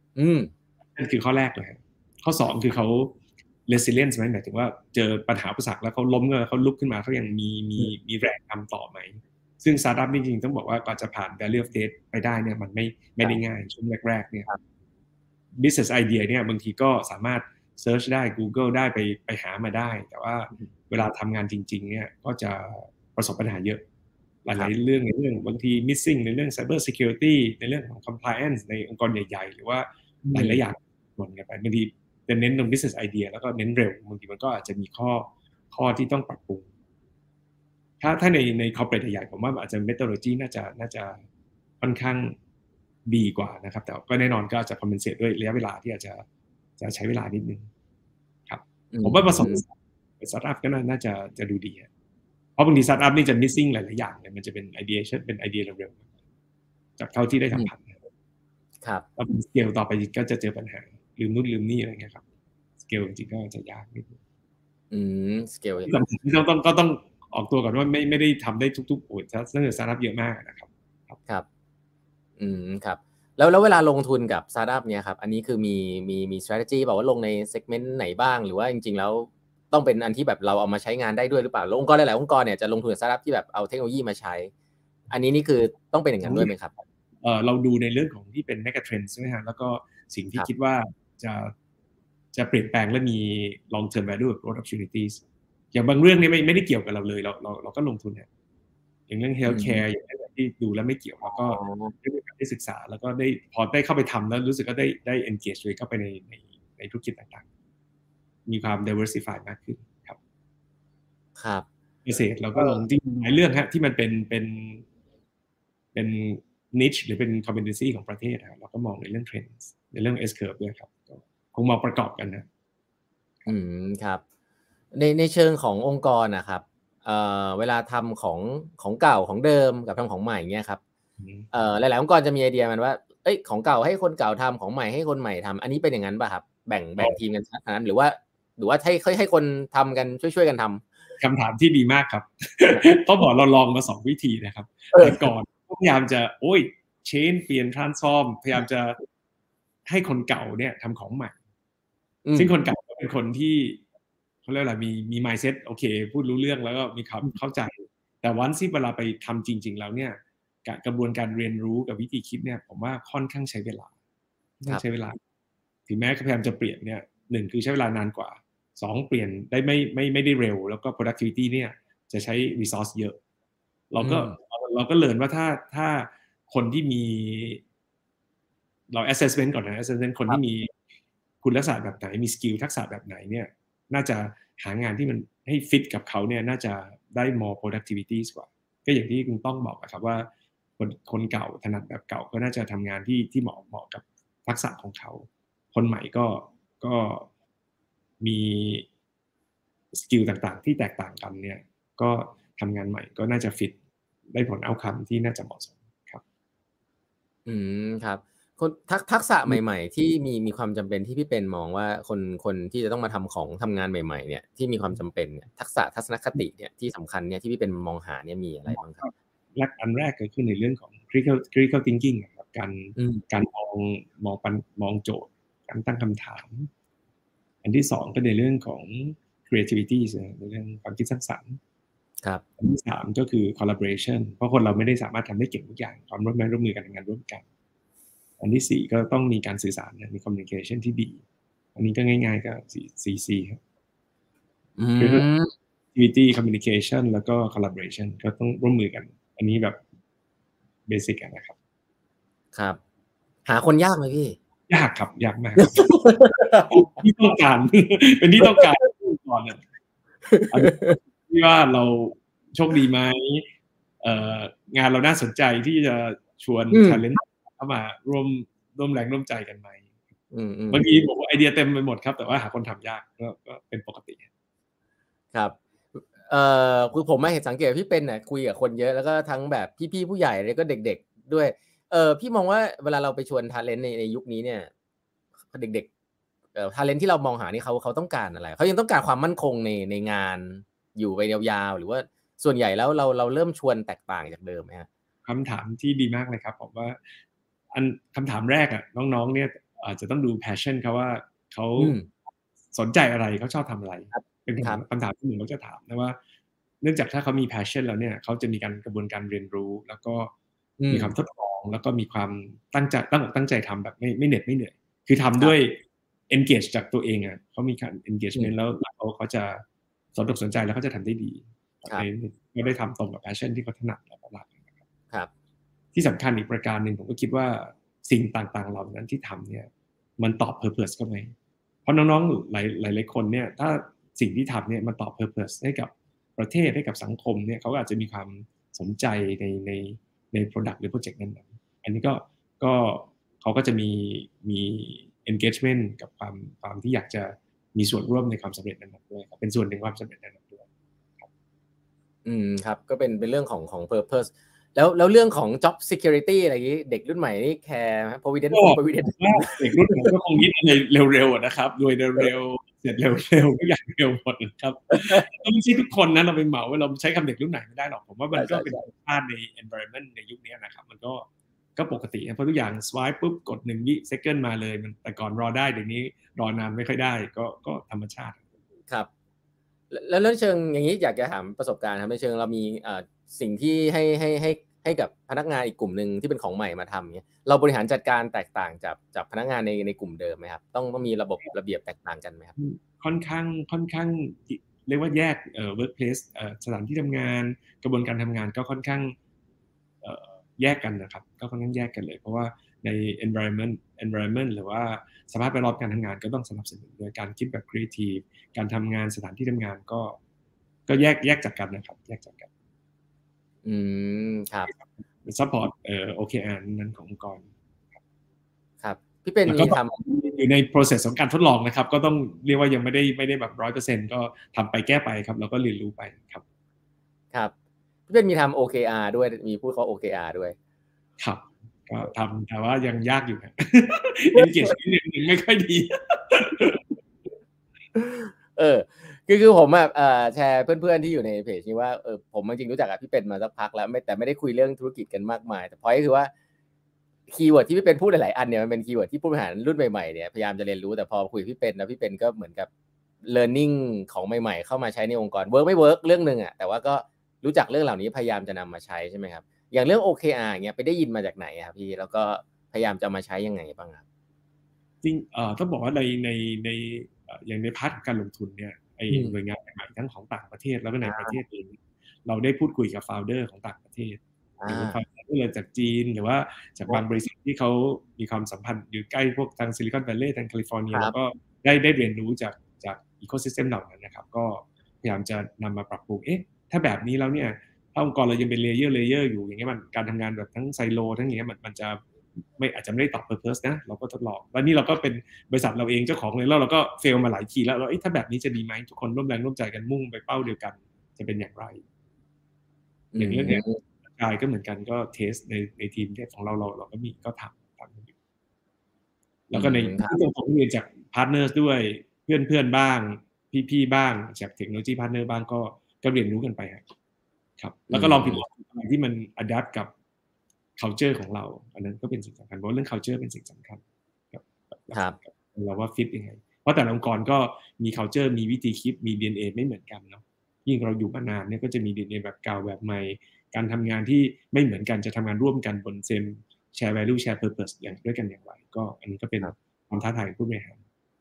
นั่นคือข้อแรกเลยข้อ2คือเขา resilience ไหมหมายถึงว่าเจอปัญหาอุปสรรคแล้วเขาล้มแล้วเขาลุกขึ้นมาเขายังมีแรงทำต่อไหมซึ่งสตาร์ทอัพจริงๆต้องบอกว่าก่อนจะผ่าน value of death ไปได้เนี่ยมันไม่ได้ง่ายช่วงแรกๆเนี่ย business idea เนี่ยบางทีก็สามารถ search ได้ Google ได้ไปหามาได้แต่ว่าเวลาทำงานจริงๆเนี่ยก็จะประสบปัญหาเยอะหลายๆเรื่องในเรื่องบางที missing ในเรื่อง cyber security ในเรื่องของ compliance ในองค์กรใหญ่ๆหรือว่าหลายๆอย่างรวมกันไปบางทีจะเน้นตรง business idea แล้วก็เน้นเร็วบางทีมันก็อาจจะมีข้อที่ต้องปรับปรุงถ้าใน corporate ใหญ่ๆผมว่าอาจจะ methodology น่าจะค่อนข้างดีกว่านะครับแต่ก็แน่นอนก็อาจจะ compensate ด้วยระยะเวลาที่อาจจะใช้เวลานิดนึงครับผมว่าผสมสตาร์ทอัพก็น่าจะดูดีเพราะบางทีสตาร์ทอัพนี่จะ missing หลายๆอย่างเนี่ยมันจะเป็นไอเดียเป็นไอเดียเร็วๆจากเท่าที่ได้สัมผัสครับแล้วสเกลต่อไปก็จะเจอปัญหาลืมนู่นลืมนี่อะไรเงี้ยครับสเกลจริงๆก็จะยากนิดนึงสเกลที่ต้องออกตัวก่อนว่าไม่ได้ทำได้ทุกๆโอ้ยถ้าสตาร์ทอัพเยอะมากนะครับครับครับแล้วเวลาลงทุนกับสตาร์ทอัพเนี่ยครับอันนี้คือมี strategy บอกว่าลงใน segment ไหนบ้างหรือว่าจริงๆแล้วต้องเป็นอันที่แบบเราเอามาใช้งานได้ด้วยหรือเปล่าแล้วองค์กรหลายๆองค์กรเนี่ยจะลงทุนกับสตาร์ทอัพที่แบบเอาเทคโนโลยีมาใช้อันนี้นี่คือต้องเป็นอย่างนั้นด้วยไหมครับเราดูในเรื่องของที่เป็น mega trend ใช่ไหมฮะแล้วก็สิ่งที่คิดว่าจะเปลี่ยนแปลงและมี long term value growth opportunities อย่างบางเรื่องนี่ไม่ได้เกี่ยวกับเราเลยเราก็ลงทุนเนี่ยอย่างเรื่อง healthcare อย่างเรื่องที่ดูแล้วไม่เกี่ยวแล้วก็ได้ศึกษาแล้วก็ได้พอได้เข้าไปทำแล้วรู้สึกก็ได้ engage เลยเข้าไปในธุรกิจต่างๆมีความ diversify มากขึ้นครับเกษตรเราก็ลงที่หลายเรื่องฮะที่มันเป็น niche หรือเป็น competency ของประเทศเราก็มองในเรื่อง trends ในเรื่อง S curve ด้วยครับคงมองประกอบกันครับในเชิงขององค์กรนะครับเวลาทำของเก่าของเดิมกับทำของใหม่เงี้ยครับหลายๆองค์กรจะมีไอเดียมันว่าของเก่าให้คนเก่าทำของใหม่ให้คนใหม่ทำอันนี้เป็นอย่างนั้นป่ะครับแบ่งทีมกันขนาดนั้นหรือว่าให้คนทำกันช่วยกันทำคำถามที่ดีมากครับต้องบอกเราลองมา2 วิธีนะครับแต่ก่อนพยายามจะchange เปลี่ยน transform พยายามจะให้คนเก่าเนี่ยทำของใหม่ซึ่งคนเก่าเป็นคนที่เขาเรียกอะไรมี mindset โอเคพูดรู้เรื่องแล้วก็มีความเข้าใจแต่วันที่เวลาไปทำจริงๆแล้วเนี่ยกระบวนการเรียนรู้กับวิธีคิดเนี่ยผมว่าค่อนข้างใช้เวลาถึงแม้พยายามจะเปลี่ยนเนี่ย1คือใช้เวลานานกว่า2เปลี่ยนได้ไม่ได้เร็วแล้วก็ productivity เนี่ยจะใช้ resource เยอะเราก็เรียนว่าถ้าคนที่มีเรา assessment ก่อนนะ assessment คนที่มีคุณลักษณะแบบไหนมีสกิลทักษะแบบไหนเนี่ยน่าจะหางานที่มันให้ฟิตกับเขาเนี่ยน่าจะได้ more productivity กว่าก็อย่างที่คุณต้องบอกครับว่าคนเก่าถนัดแบบเก่าก็น่าจะทำงานที่เหมาะกับทักษะของเขาคนใหม่ก็มีสกิลต่างๆที่แตกต่างกันเนี่ยก็ทำงานใหม่ก็น่าจะฟิตได้ผลเอาท์คัมที่น่าจะเหมาะสมครับครับทักษะใหม่ๆที่มีความจำเป็นที่พี่เป็นมองว่าคนที่จะต้องมาทำงานใหม่ๆเนี่ยที่มีความจำเป็นเนี่ยทักษะทัศนคติเนี่ยที่สำคัญเนี่ยที่พี่เป็นมองหาเนี่ยมีอะไรบ้างครับอันแรกก็คือในเรื่องของ critical thinking ครับการมองโจทย์การตั้งคำถามอันที่2ก็ในเรื่องของ creativity ในเรื่องความคิดสร้างสรรค์ครับอันที่3ก็คือ collaboration เพราะคนเราไม่ได้สามารถทำได้เก่งทุกอย่างความร่วมมือกันทำงานร่วมกันอันที่4ก็ต้องมีการสื่อสารมี communication ที่ดีอันนี้ก็ง่ายๆก็ 4C ครับ creativity communication แล้วก็ collaboration ก็ต้องร่วมมือกันอันนี้แบบเบสิกนะครับครับหาคนยากไหมพี่ยากครับยากมากที่ต้องการเป็นที่ต้องการก่อนเนี่ยที่ว่าเราโชคดีไหมงานเราน่าสนใจที่จะชวน talent เข้ามาร่วมแรงร่วมใจกันไหมบางทีบอกว่าไอเดียเต็มไปหมดครับแต่ว่าหาคนทำยากก็เป็นปกติครับคือผมเห็นสังเกตพี่เป็นเนี่ยคุยกับคนเยอะแล้วก็ทั้งแบบพี่ผู้ใหญ่แล้วก็เด็กๆด้วยพี่มองว่าเวลาเราไปชวน talent ในยุคนี้เนี่ยเด็กๆtalent ที่เรามองหานี่เขาต้องการอะไรเขายังต้องการความมั่นคงในงานอยู่ไปยาวๆหรือว่าส่วนใหญ่แล้วเราเริ่มชวนแตกต่างจากเดิมไหมฮะคำถามที่ดีมากเลยครับผมว่าคำถามแรกน้องๆเนี่ยอาจจะต้องดู passion เขาว่าเขาสนใจอะไรเขาชอบทำอะไรเป็นคำถามที่หนึ่งเราจะถามนะว่าเนื่องจากถ้าเขามี passion แล้วเนี่ยเขาจะมีกระบวนการเรียนรู้แล้วก็มีความทดลองแล้วก็มีความตั้งใจทำแบบไม่เหน็ดไม่เหนื่อยคือทำด้วย engage จากตัวเองอ่ะเขามีการ engagement แล้วเขาจะสนใจแล้วเขาจะทำได้ดีไม่ได้ทำตรงกับ passion ที่เขาถนัดแล้วก็รักครับที่สำคัญอีกประการหนึ่งผมก็คิดว่าสิ่งต่างๆเหล่านั้นที่ทำเนี่ยมันตอบ purpose ก็ไหมเพราะน้องๆหลายคนเนี่ยถ้าสิ่งที่ทำเนี่ยมันตอบ purpose ให้กับประเทศให้กับสังคมเนี่ยเขาอาจจะมีความสนใจใน product หรือ project นั้นๆอันนี้ก็เขาก็จะมี engagement กับความที่อยากจะมีส่วนร่วมในความสำเร็จนั้นด้วยครับเป็นส่วนหนึ่งความสำเร็จนั้นด้วยครับก็เป็นเรื่องของ purpose แล้วเรื่องของ job security อะไรอย่างนี้เด็กรุ่นใหม่นี่แคร์ไหม provident เด็กรุ่นใหม่ก็คงยึดเร็วๆนะครับโดยเร็วเสร็จเร็วๆก็อย่างเร็วหมดนะครับไม่ใช่ทุกคนนะเราไปเหมาว่าเราใช้คำเด็กรุ่นไหนไม่ได้หรอกผมว่ามันก็เป็นธรรมชาติใน environment ในยุคนี้นะครับมันก็ปกติเพราะทุกอย่าง swipe ปุ๊บกด1 วิ second มาเลยมันแต่ก่อนรอได้เดี๋ยวนี้รอนานไม่ค่อยได้ก็ธรรมชาติครับแล้วเรื่องเชิงอย่างนี้อยากจะถามประสบการณ์ครับในเชิงเรามีสิ่งที่ให้กับพนักงานอีกกลุ่มหนึ่งที่เป็นของใหม่มาทำเนี่ยเราบริหารจัดการแตกต่างจากพนักงานในกลุ่มเดิมไหมครับต้องมีระบบระเบียบแตกต่างกันไหมครับค่อนข้างเรียกว่าแยกworkplace สถานที่ทำงานกระบวนการทำงานก็ค่อนข้างแยกกันนะครับก็ค่อนข้างแยกกันเลยเพราะว่าใน environment หรือว่าสภาพแวดล้อมการทำงานก็ต้องสนับสนุนโดยการคิดแบบ creative การทำงานสถานที่ทำงานก็แยกจากกันนะครับแยกจากกันครับ support OKR นั้นขององค์กรครับพี่เป็นมีทำอยู่ใน process ของการทดลองนะครับก็ต้องเรียกว่ายังไม่ได้แบบ 100% ก็ทำไปแก้ไปครับแล้วก็เรียนรู้ไปครับครับพี่เป็นมีทำ OKR ด้วยมีพูดเขา OKR ด้วยครับก็ทำแต่ว่ายังยากอยู่ครับ engagement ยังไม่ค่อยดีคือผมแบบแชร์เพื่อนๆที่อยู่ในเพจนี้ว่าผมจริงๆรู้จักกับพี่เป็นมาสักพักแล้วแต่ไม่ได้คุยเรื่องธุรกิจกันมากมายแต่พอยก็คือว่าคีย์เวิร์ดที่พี่เป็นพูดหลายๆอันเนี่ยมันเป็นคีย์เวิร์ดที่ผู้บริหารรุ่นใหม่ๆเนี่ยพยายามจะเรียนรู้แต่พอคุยกับพี่เป็นนะพี่เป็นก็เหมือนกับ learning ของใหม่ๆเข้ามาใช้ในองค์กรเวิร์กไม่เวิร์กเรื่องนึงอ่ะแต่ว่าก็รู้จักเรื่องเหล่านี้พยายามจะนำมาใช้ใช่ไหมครับอย่างเรื่อง OKR อย่างเงี้ยไปได้ยินมาจากไหนครับพี่แล้วก็พยายามจะมาใช้ยังไงบ้างครับจริงต้องบอกว่าในอย่างในพาร์ทของการลงทุนเนี่ยหน่วยงานใหม่ทั้งของต่างประเทศแล้วก็ในประเทศเองเราได้พูดคุยกับ founder ของต่างประเทศหรือเป็น founder ที่เลยจากจีนหรือว่าจากบางบริษัทที่เขามีความสัมพันธ์อยู่ใกล้พวกทางซิลิคอนแวลลีย์ทางแคลิฟอร์เนียแล้วก็ได้เรียนรู้จากอีโคซิสเต็มเหล่านั้นนะครับก็พยายามจะนำมาปรับปรุงถ้าแบบนี้แล้วเนี่ยถ้าองค์กรเรายังเป็นเลเยอร์อยู่อย่างเงี้ยมันการทำงานแบบทั้งไซโลทั้งอย่างเงี้ยมันจะอาจจะไม่ได้ตอบ purpose นะเราก็ทดลองแล้วนี่เราก็เป็นบริษัทเราเองเจ้าของเลยแล้วเราก็เฟลมาหลายทีแล้วถ้าแบบนี้จะดีไหมทุกคนร่วมแรงร่วมใจกันมุ่งไปเป้าเดียวกันจะเป็นอย่างไรอย่างเรื่องเนี้ยกายก็เหมือนกันก็เทสในทีมของเราก็มีก็ทำอยู่แล้วก็ในที่ผมเรียนจากพาร์ทเนอร์ด้วยเพื่อนบ้างพี่บ้างจากเทคโนโลยีพาร์ทเนอร์บ้างก็เรียนรู้กันไปครับแล้วก็ลองผิดลองอะไรที่มัน adapt กับ culture ของเราอันนั้นก็เป็นสิ่งสำคัญเพราะเรื่อง culture เป็นสิ่งสำคัญครับเราว่าฟิตยังไงเพราะแต่ละองค์กรก็มี culture มีวิธีคิดมี DNA ไม่เหมือนกันเนาะยิ่งเราอยู่มานานเนี่ยก็จะมี DNA แบบเก่าแบบใหม่การทำงานที่ไม่เหมือนกันจะทำงานร่วมกันบนเซม share value share purpose อย่างด้วยกันอย่างไรก็อันนี้ก็เป็นความท้าทายของผู้บริหาร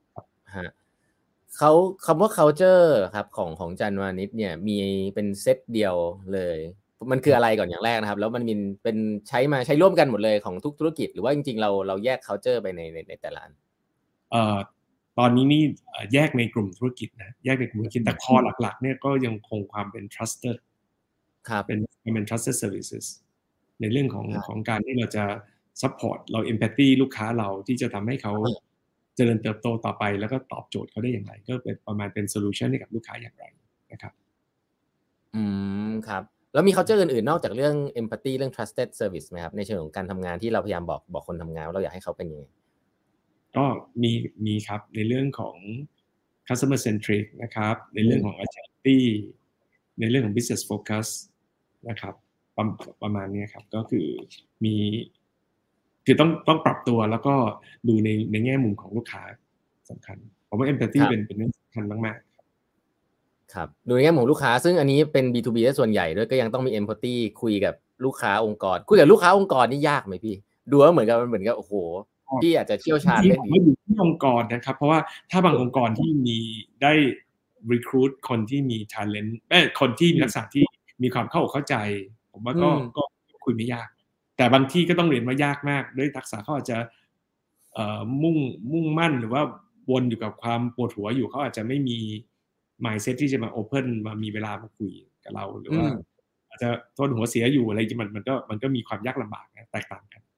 คำว่า culture ครับของจันวานิชเนี่ยมีเป็นเซตเดียวเลยมันคืออะไรก่อนอย่างแรกนะครับแล้วมันมีเป็นใช้ร่วมกันหมดเลยของทุกธุรกิจหรือว่าจริงๆเราแยก culture ไปในแต่ละอันตอนนี้นี่แยกในกลุ่มธุรกิจนะแยกในกลุ่มธุรกิจแต่คอหลักๆเนี่ยก็ยังคงความเป็น trusted เป็น trusted services ในเรื่องของการที่เราจะ support เรา empathy ลูกค้าเราที่จะทำให้เขาเจริญเติบโตต่อไปแล้วก็ตอบโจทย์เขาได้อย่างไรก็เป็นประมาณเป็น solution ให้กับลูกค้าอย่างไรนะครับครับแล้วมี culture อื่นๆนอกจากเรื่อง empathy เรื่อง trusted service ไหมครับในเชิงของการทำงานที่เราพยายามบอกคนทำงานว่าเราอยากให้เขาเป็นยังไงก็มีครับในเรื่องของ customer centric นะครับในเรื่องของ agility ในเรื่องของ business focus นะครับประมาณนี้ครับก็คือคือต้องปรับตัวแล้วก็ดูในแง่มุมของลูกค้าสำคัญผมว่า empathy เป็นเรื่องสำคัญมากๆครับดูในแง่มุมลูกค้าซึ่งอันนี้เป็น B2B ส่วนใหญ่ด้วยก็ยังต้องมี empathy คุยกับลูกค้าองค์กรคุยกับลูกค้าองค์กรนี่ยากไหมพี่ดูว่าเหมือนกับโอ้โหพี่อาจจะเชี่ยวชาญจริงเรื่องๆผมว่าอยู่ที่องค์กรนะครับเพราะว่าถ้าบางองค์กรที่มีได้ recruit คนที่มี talent คนที่มีลักษณะที่มีความเข้าอกเข้าใจผมว่าก็คุยไม่ยากแต่บางที่ก็ต้องเรียนว่ายากมากด้วยทักษะเขาอาจจะมุ่งมั่นหรือว่าวนอยู่กับความปวดหัวอยู่เขาอาจจะไม่มี mindset ที่จะมา open มามีเวลามาคุยกับเราหรือว่าอาจจะต้นหัวเสียอยู่อะไรอย่างเงี้ยมันก็มีความยากลำบากนะแตกต่างกัน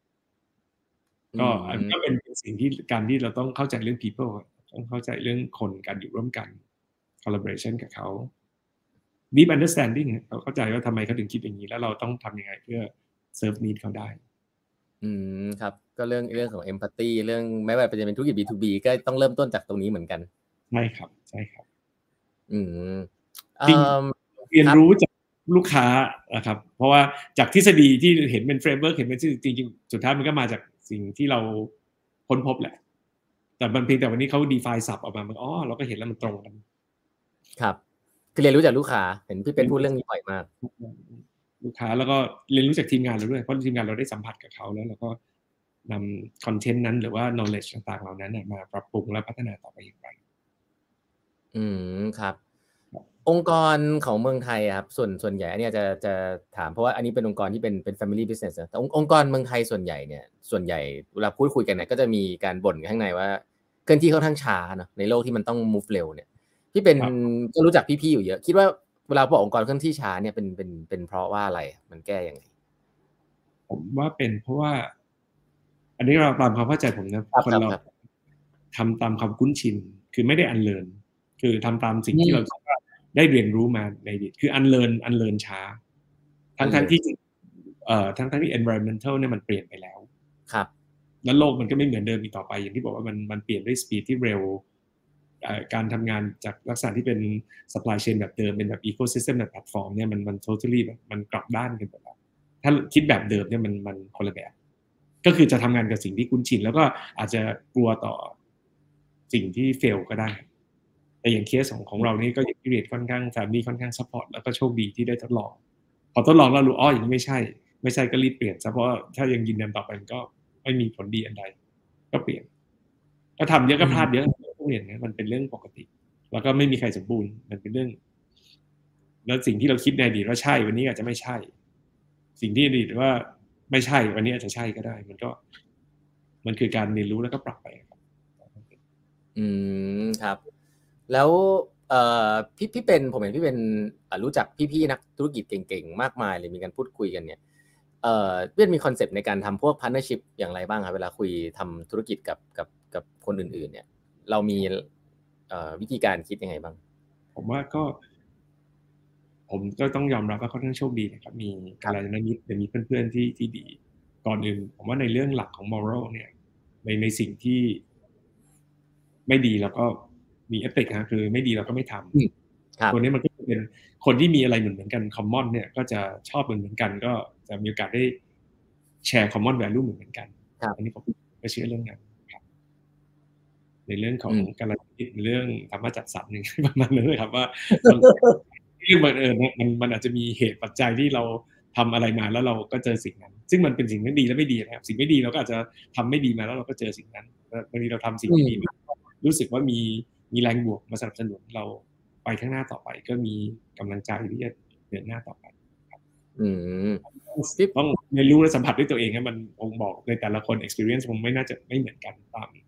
ก็เป็นสิ่งที่การที่เราต้องเข้าใจเรื่อง people ต้องเข้าใจเรื่องคนการอยู่ร่วมกัน collaboration กับเขา deep understanding เราเข้าใจว่าทำไมเขาถึงคิดอย่างนี้แล้วเราต้องทำยังไงเพื่อ serve need เขาได้ครับก็เรื่องของ empathy เรื่องไม่ว่าจะเป็นธุรกิจ B2B ก็ต้องเริ่มต้นจากตรงนี้เหมือนกันใช่ครับใช่ครับจริงเรียนรู้จากลูกค้านะครับเพราะว่าจากทฤษฎีที่เห็นเป็น framework เห็นเป็นจริงๆสุดท้ายมันก็มาจากสิ่งที่เราค้นพบแหละแต่มันเพียงแต่วันนี้เขา define ศัพท์ออกมาเราก็เห็นแล้วมันตรงกันครับคือเรียนรู้จากลูกค้าเห็นพี่เป็นพูดเรื่องนี้บ่อยมากลูกค้าแล้วก็เรียนรู้จากทีมงานเราด้วยเพราะทีมงานเราได้สัมผัสกับเขาแล้วเราก็นำคอนเทนต์นั้นหรือว่า knowledge ต่างๆเหล่านั้นมาปรับปรุงและพัฒนาต่อไปอย่างไรครับองค์กรของเมืองไทยครับส่วนใหญ่เนี่ยจะถามเพราะว่าอันนี้เป็นองค์กรที่เป็น family business นะแต่องค์กรเมืองไทยส่วนใหญ่เนี่ยส่วนใหญ่เวลาพูดคุยกันเนี่ยก็จะมีการบ่นข้างในว่าเคลื่อนที่ค่อนข้างช้าเนาะในโลกที่มันต้อง move เร็วเนี่ยพี่เป็นก็รู้จักพี่ๆอยู่เยอะคิดว่าเวลาบอกองค์กรเคลื่อนที่ช้าเนี่ยเป็นเพราะว่าอะไรมันแก้ยังไงผมว่าเป็นเพราะว่าอันนี้เราตามความเข้าใจผมนะคนเราทำตามความคุ้นชินคือไม่ได้อันเลิร์นคือทำตามสิ่งที่เราได้เรียนรู้มาในอดีตคืออันเลิร์นช้าทั้งที่ที่ environmental เนี่ยมันเปลี่ยนไปแล้วครับแล้วโลกมันก็ไม่เหมือนเดิมอีกต่อไปอย่างที่บอกว่ามันเปลี่ยนด้วย speed ที่เร็วการทำงานจากลักษณะที่เป็น supply chain แบบเดิมเป็นแบบ ecosystem แบบ platform เนี่ยมัน totally แบบมันกลับด้านกันหมดแล้วถ้าคิดแบบเดิมเนี่ยมันคนละแบบก็คือจะทำงานกับสิ่งที่คุ้นชินแล้วก็อาจจะกลัวต่อสิ่งที่เฟลก็ได้แต่อย่างเคสของเรานี่ก็อย่างที่เรียนค่อนข้างแฟมิลี่ค่อนข้างซัพพอร์ตแล้วก็โชคดีที่ได้ทดลองพอทดลองแล้วรู้อย่างนี้ไม่ใช่ก็รีบเปลี่ยนซะเพราะถ้ายังยืนยันต่อไปมันก็ไม่มีผลดีอันใดก็เปลี่ยนก็ทำเยอะก็พลาดเยอะพวกอย่างนี้มันเป็นเรื่องปกติแล้วก็ไม่มีใครสมบูรณ์มันเป็นเรื่องแล้วสิ่งที่เราคิดในอดีตว่าใช่วันนี้อาจจะไม่ใช่สิ่งที่อดีตว่าไม่ใช่วันนี้อาจจะใช่ก็ได้มันคือการเรียนรู้แล้วก็ปรับไปครับครับแล้วพี่เป็นผมเห็นพี่เป็นรู้จักพี่ๆนักธุรกิจเก่งๆมากมายเลยมีการพูดคุยกันเนี่ยพี่เป็นมีคอนเซปต์ในการทำพวก partnership อย่างไรบ้างครับเวลาคุยทำธุรกิจกับคนอื่นๆเนี่ยเรามีวิธีการคิดยังไงบ้างผมว่าผมก็ต้องยอมรับว่าค่อนข้างโชคดีนะครับมีกัลยาณมิตรมีเพื่อนๆที่ดีก่อนอื่นผมว่าในเรื่องหลักของ moral เนี่ยในสิ่งที่ไม่ดีเราก็มีเอติกนะคือไม่ดีเราก็ไม่ทำตัวนี้มันก็เป็นคนที่มีอะไรเหมือนกัน common เนี่ยก็จะชอบเหมือนกันก็จะมีโอกาสได้แชร์ common value เหมือนกันอันนี้ผมก็เชื่อเรื่องนั้นครับในเรื่องของการเรื่องธรรมะจัดสรรนึงประมาณนั้นเลยครับว่าเรื่องบังเอิญมันอาจจะมีเหตุปัจจัยที่เราทำอะไรมาแล้วเราก็เจอสิ่งนั้นซึ่งมันเป็นสิ่งที่ดีและไม่ดีนะครับสิ่งไม่ดีเราก็อาจจะทำไม่ดีมาแล้วเราก็เจอสิ่งนั้นบางทีเราทำสิ่งที่ดีมารู้สึกว่ามีแรงบวกมาสนับสนุนเราไปข้างหน้าต่อไปก็มีกำลังใจที่จะเดินหน้าต่อไปต้องเรียนรู้และสัมผัสด้วยตัวเองมันองบอกในแต่ละคน experience คงไม่น่าจะไม่เหมือนกันตาม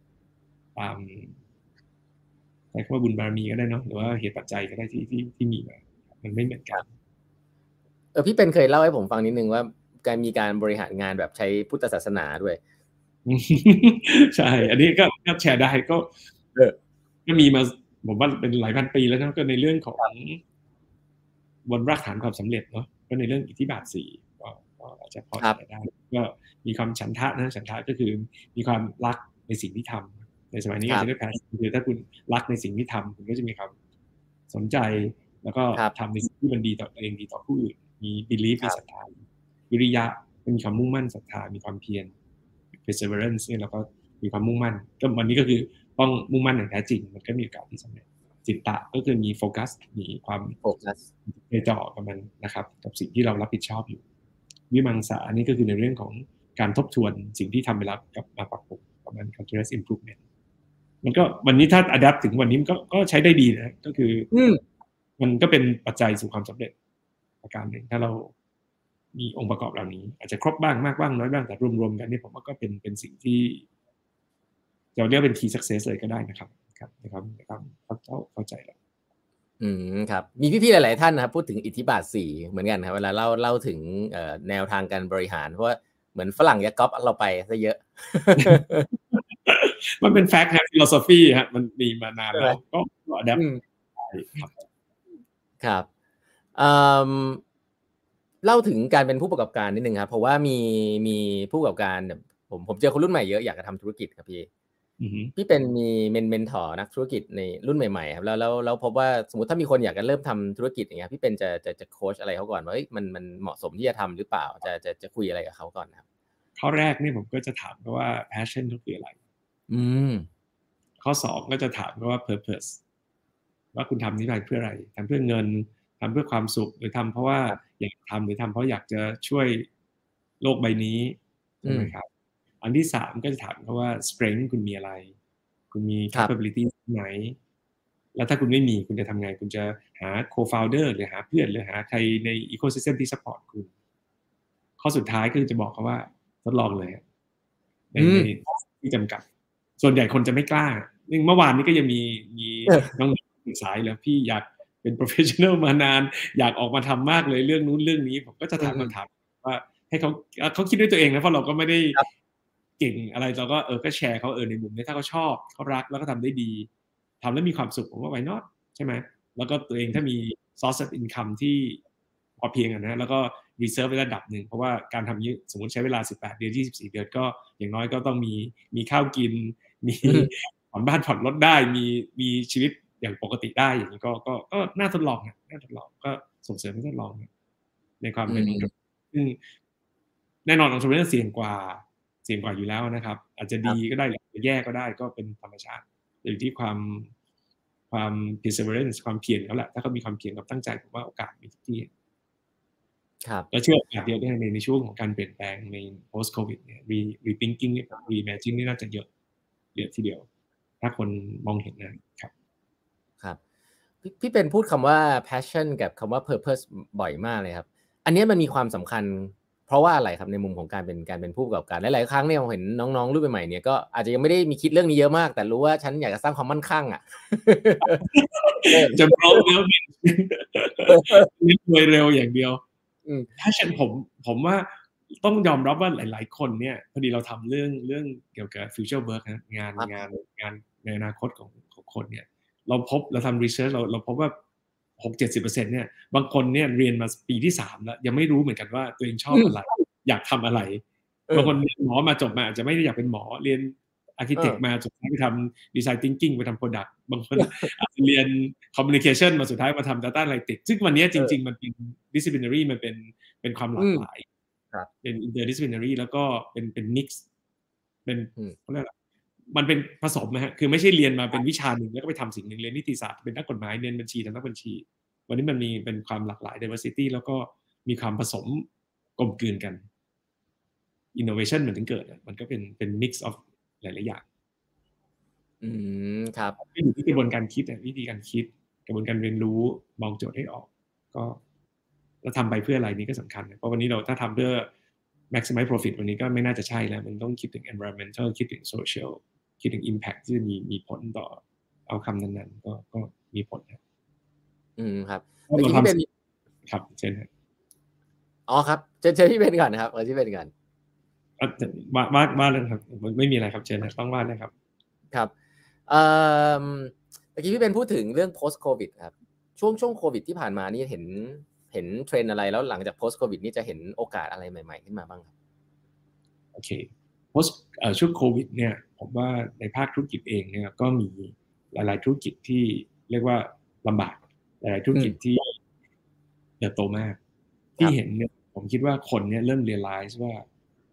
ใช้คำว่าบุญบารมีก็ได้เนาะหรือว่าเหตุปัจจัยก็ได้ที่มีมามันไม่เหมือนกันพี่เป็นเคยเล่าให้ผมฟังนิดนึงว่ามีการบริหารงานแบบใช้พุทธศาสนาด้วยใช่อันนี้ก็แชร์ได้ก็มีมาผมว่าเป็นหลายพันปีแล้วนะก็ในเรื่องของบนรากฐานความสำเร็จเนาะก็ในเรื่องอิทธิบาท4ก็อาจจะพอแชร์ได้ก็มีความฉันทะนะฉันทะก็คือมีความรักในสิ่งที่ทำในสมัยนี้อาจจะได้แพ้คือถ้าคุณรักในสิ่งที่ทำคุณก็จะมีความสนใจแล้วก็ทำในสิ่งที่มันดีต่อตัวเองดีต่อผู้อื่นมี belief มีศรัทธาวิริยะมีความมุ่งมั่นศรัทธามีความเพียร perseverance เนี่ยเราก็มีความมุ่งมั่นก็วันนี้ก็คือต้องมุ่งมั่นอย่างแท้จริงมันก็มีโอกาสที่สำเร็จจิตตะก็คือมีโฟกัสมีความโฟกัสในจ่อกับมันนะครับกับสิ่งที่เรารับผิดชอบอยู่วิมังสาอันนี้ก็คือในเรื่องของการทบทวนสิ่งที่ทำไปแล้วกับมาปรับปรุงประมาณ continuous improvement มันก็วันนี้ถ้า adapt ถึงวันนี้มันก็ใช้ได้ดีนะก็คือมันก็เป็นปัจจัยสู่ความสำเร็จประการหนึ่งถ้าเรามีองค์ประกอบเหล่านี้อาจจะครบบ้างมากบ้างน้อยบ้างแต่รวมๆกันนี่ผมว่าก็เป็นสิ่งที่เราเรียกเป็น key success เลยก็ได้นะครับนะครับเข้าใจแล้วครับมีพี่ๆหลายๆท่านนะครับพูดถึงอิทธิบาท4เหมือนกันครับเวลาเล่าถึงแนวทางการบริหารเพราะว่าเหมือนฝรั่งจะก๊อปเราไปซะเยอะมันเป็น fact ครับ philosophy ฮะมันมีมานานแล้วก็ adapt ครับเล่าถึงการเป็นผู้ประกอบการนิดนึงครับเพราะว่ามีผู้ประกอบการผมเจอคนรุ่นใหม่เยอะอยากจะทำธุรกิจครับพี่เป็นมีเมนทอร์นักธุรกิจในรุ่นใหม่ๆครับแล้วพบว่าสมมติถ้ามีคนอยากจะเริ่มทำธุรกิจอย่างเงี้ยพี่เป็นจะโค้ชอะไรเขาก่อนว่ามันเหมาะสมที่จะทำหรือเปล่าจะคุยอะไรกับเขาก่อนครับข้อแรกนี่ผมก็จะถามเขาว่า passion เขาคืออะไรข้อ2ก็จะถามเขาว่า purpose ว่าคุณทำนี่ไปเพื่ออะไรทำเพื่อเงินทำเพื่อความสุขหรือทำเพราะว่าอยากทำหรือทำเพราะอยากจะช่วยโลกใบนี้ใช่ไหมครับอันที่3ก็จะถามเขาว่า strength คุณมีอะไรคุณมี capability ไหนแล้วถ้าคุณไม่มีคุณจะทำไงคุณจะหา co-founder หรือหาเพื่อนหรือหาใครใน ecosystem ที่ support คุณข้อสุดท้ายก็จะบอกเขาว่าทดลองเลยในที่จำกัดส่วนใหญ่คนจะไม่กล้าเมื่อวานนี้ก็ยังมีน้องศึกษาแล้วพี่อยากเป็น professional มานานอยากออกมาทำมากเลยเรื่องนู้นเรื่องนี้ผมก็จะถามคำถามว่าให้เขาคิดด้วยตัวเองนะเพราะเราก็ไม่ได้เก่งอะไรเราก็ก็แชร์เขาในมุมนี้ถ้าเขาชอบเขารักแล้วก็ทำได้ดีทำแล้วมีความสุขผมว่า why not ใช่ไหมแล้วก็ตัวเองถ้ามี source of income ที่พอเพียงนะแล้วก็ reserve ไว้ระดับหนึ่งเพราะว่าการทำนี้สมมติใช้เวลา18เดือน24เดือนก็อย่างน้อยก็ต้องมีข้าวกินมีผ่อนบ้านผ่อนรถได้มีชีวิตอย่างปกติได้อย่างนี้ก็น่าทดลองนะน่าทดลองก็ส่งเสริมให้ทดลองในความเป็นซึ่งแน่นอนองค์ประกอบเสี่ยงกว่าอยู่แล้วนะครับอาจจะดีก็ได้หรือแย่ก็ได้ก็เป็นธรรมชาติอยู่ที่ความ perseverance ความเพียรเขาแหละถ้าเขามีความเพียรกับตั้งใจผมว่าโอกาสมีทุกที่แล้วเชื่อโอกาสเดียวได้ในช่วงของการเปลี่ยนแปลงใน post covid เนี่ย rethinking reimagine นี่น่าจะเยอะทีเดียวถ้าคนมองเห็นนะครับพี่เป็นพูดคำว่า passion กับคำว่า purpose บ่อยมากเลยครับอันนี้มันมีความสำคัญเพราะว่าอะไรครับในมุมของการเป็นผู้ประกอบการหลายๆครั้งเนี่ยผมเห็นน้องๆรุ่นใหม่ๆเนี่ยก็อาจจะยังไม่ได้มีคิดเรื่องนี้เยอะมากแต่รู้ว่าฉันอยากจะสร้างความมั่นคงอ่ะจะโปรเร็วรวยเร็วอย่างเดียวpassion ผมว่าต้องยอมรับว่าหลายๆคนเนี่ยพอดีเราทำเรื่องเกี่ยวกับ future work นะงานในอนาคตของคนเนี่ยเราทำ research เราพบว่า 60-70% เนี่ยบางคนเนี่ยเรียนมาปีที่3แล้วยังไม่รู้เหมือนกันว่าตัวเองชอบอะไรอยากทำอะไรบางคนเรียนหมอมาจบมาอาจจะไม่ได้อยากเป็นหมอเรียนarchitect มาสุดท้ายไปทำ design thinking ไปทำ product บางคนอาจจะเรียน communication มาสุดท้ายมาทำ data analytics ซึ่งวันนี้จริงๆมันเป็น disciplinary มันเป็นความหลากหลายเป็น interdisciplinary แล้วก็เป็น mix เป็นเขาเรียกอะไรมันเป็นผสมนะฮะคือไม่ใช่เรียนมาเป็นวิชาหนึ่งแล้วก็ไปทำสิ่งหนึ่งเรียนนิติศาสตร์เป็นนักกฎหมายเรียนบัญชีทำนักบัญชีวันนี้มันมีเป็นความหลากหลาย diversity แล้วก็มีความผสมกลมกลืนกัน innovation มันถึงเกิดมันก็เป็น mix of หลายๆอย่างครับอยู่ที่กระบวนการคิดวิธีการคิดกระบวนการเรียนรู้มองโจทย์ให้ออกก็แล้วทำไปเพื่ออะไรนี่ก็สำคัญเพราะวันนี้เราถ้าทำเพื่อ maximize profit วันนี้ก็ไม่น่าจะใช่แล้วมันต้องคิดถึง environmental คิดถึง social คิดถึง impact ที่จะมีผลต่อเอาคำนั้นๆก็มีผลครับเราทำครับเช่นอ๋อครับเชิญพี่เป็นก่อนนะครับที่เป็นก่อนว่าเลยครับไม่มีอะไรครับเชิญต้องว่าเลยครับครับเมื่อกี้พี่เป็นพูดถึงเรื่อง post covid ครับช่วงโควิดที่ผ่านมานี่เห็นเทรนด์อะไรแล้วหลังจาก post covid นี่จะเห็นโอกาสอะไรใหม่ๆขึ้นมาบ้างครับโอเคpost ช่วงโควิดเนี่ยผมว่าในภาคธุรกิจเองเนี่ยก็มีหลายๆธุรกิจที่เรียกว่าลำบากหลายๆธุรกิจที่เติบโตมากที่เห็นเนี่ยผมคิดว่าคนเนี่ยเริ่ม realize ว่า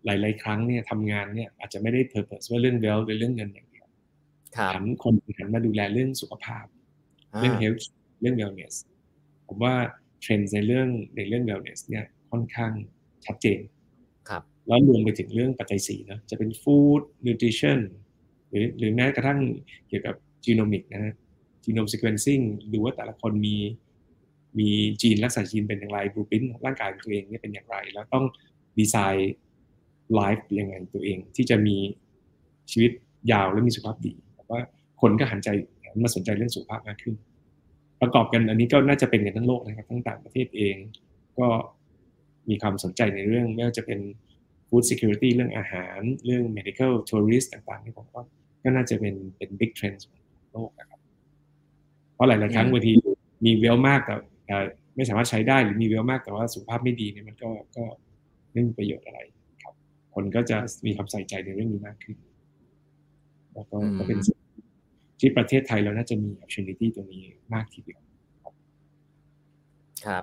หลายๆครั้งเนี่ยทำงานเนี่ยอาจจะไม่ได้ purpose ว่าเรื่อง wealth หรือเรื่องเงินอย่างเดียวหันมาดูแลเรื่องสุขภาพเรื่อง health เรื่อง wellness ผมว่าเทรนด์ในเรื่อง wellness เนี่ยค่อนข้างชัดเจนแล้วรวมไปถึงเรื่องปัจจัย4นะจะเป็น food nutrition หรือแม้กระทั่งเกี่ยวกับ genomic นะ genome sequencing ดูว่าแต่ละคนมีจีนลักษณะจีนเป็นอย่างไร blueprint ของร่างกายของตัวเองเนี่ยเป็นอย่างไรแล้วต้องดีไซน์ไลฟ์ยังไงตัวเองที่จะมีชีวิตยาวและมีสุขภาพดีแต่ว่าคนก็หันมาสนใจเรื่องสุขภาพมากขึ้นประกอบกันอันนี้ก็น่าจะเป็นกันทั้งโลกนะครับทั้งต่างประเทศเองก็มีความสนใจในเรื่องไม่ว่าจะเป็น food security เรื่องอาหารเรื่อง medical tourist ต่างๆที่ผมว่าก็น่าจะเป็น big trend ของโลกนะครับเพราะหลายๆครั้งบางทีมีเวลมากแต่ไม่สามารถใช้ได้หรือมีเวลมากแต่ว่าสุขภาพไม่ดีเนี่ยมันก็ไม่มีประโยชน์อะไรครับคนก็จะมีความใส่ใจในเรื่องนี้มากขึ้นแล้วก็เป็นที่ประเทศไทยเราน่าจะมี opportunity ตรงนี้มากทีเดียวครับ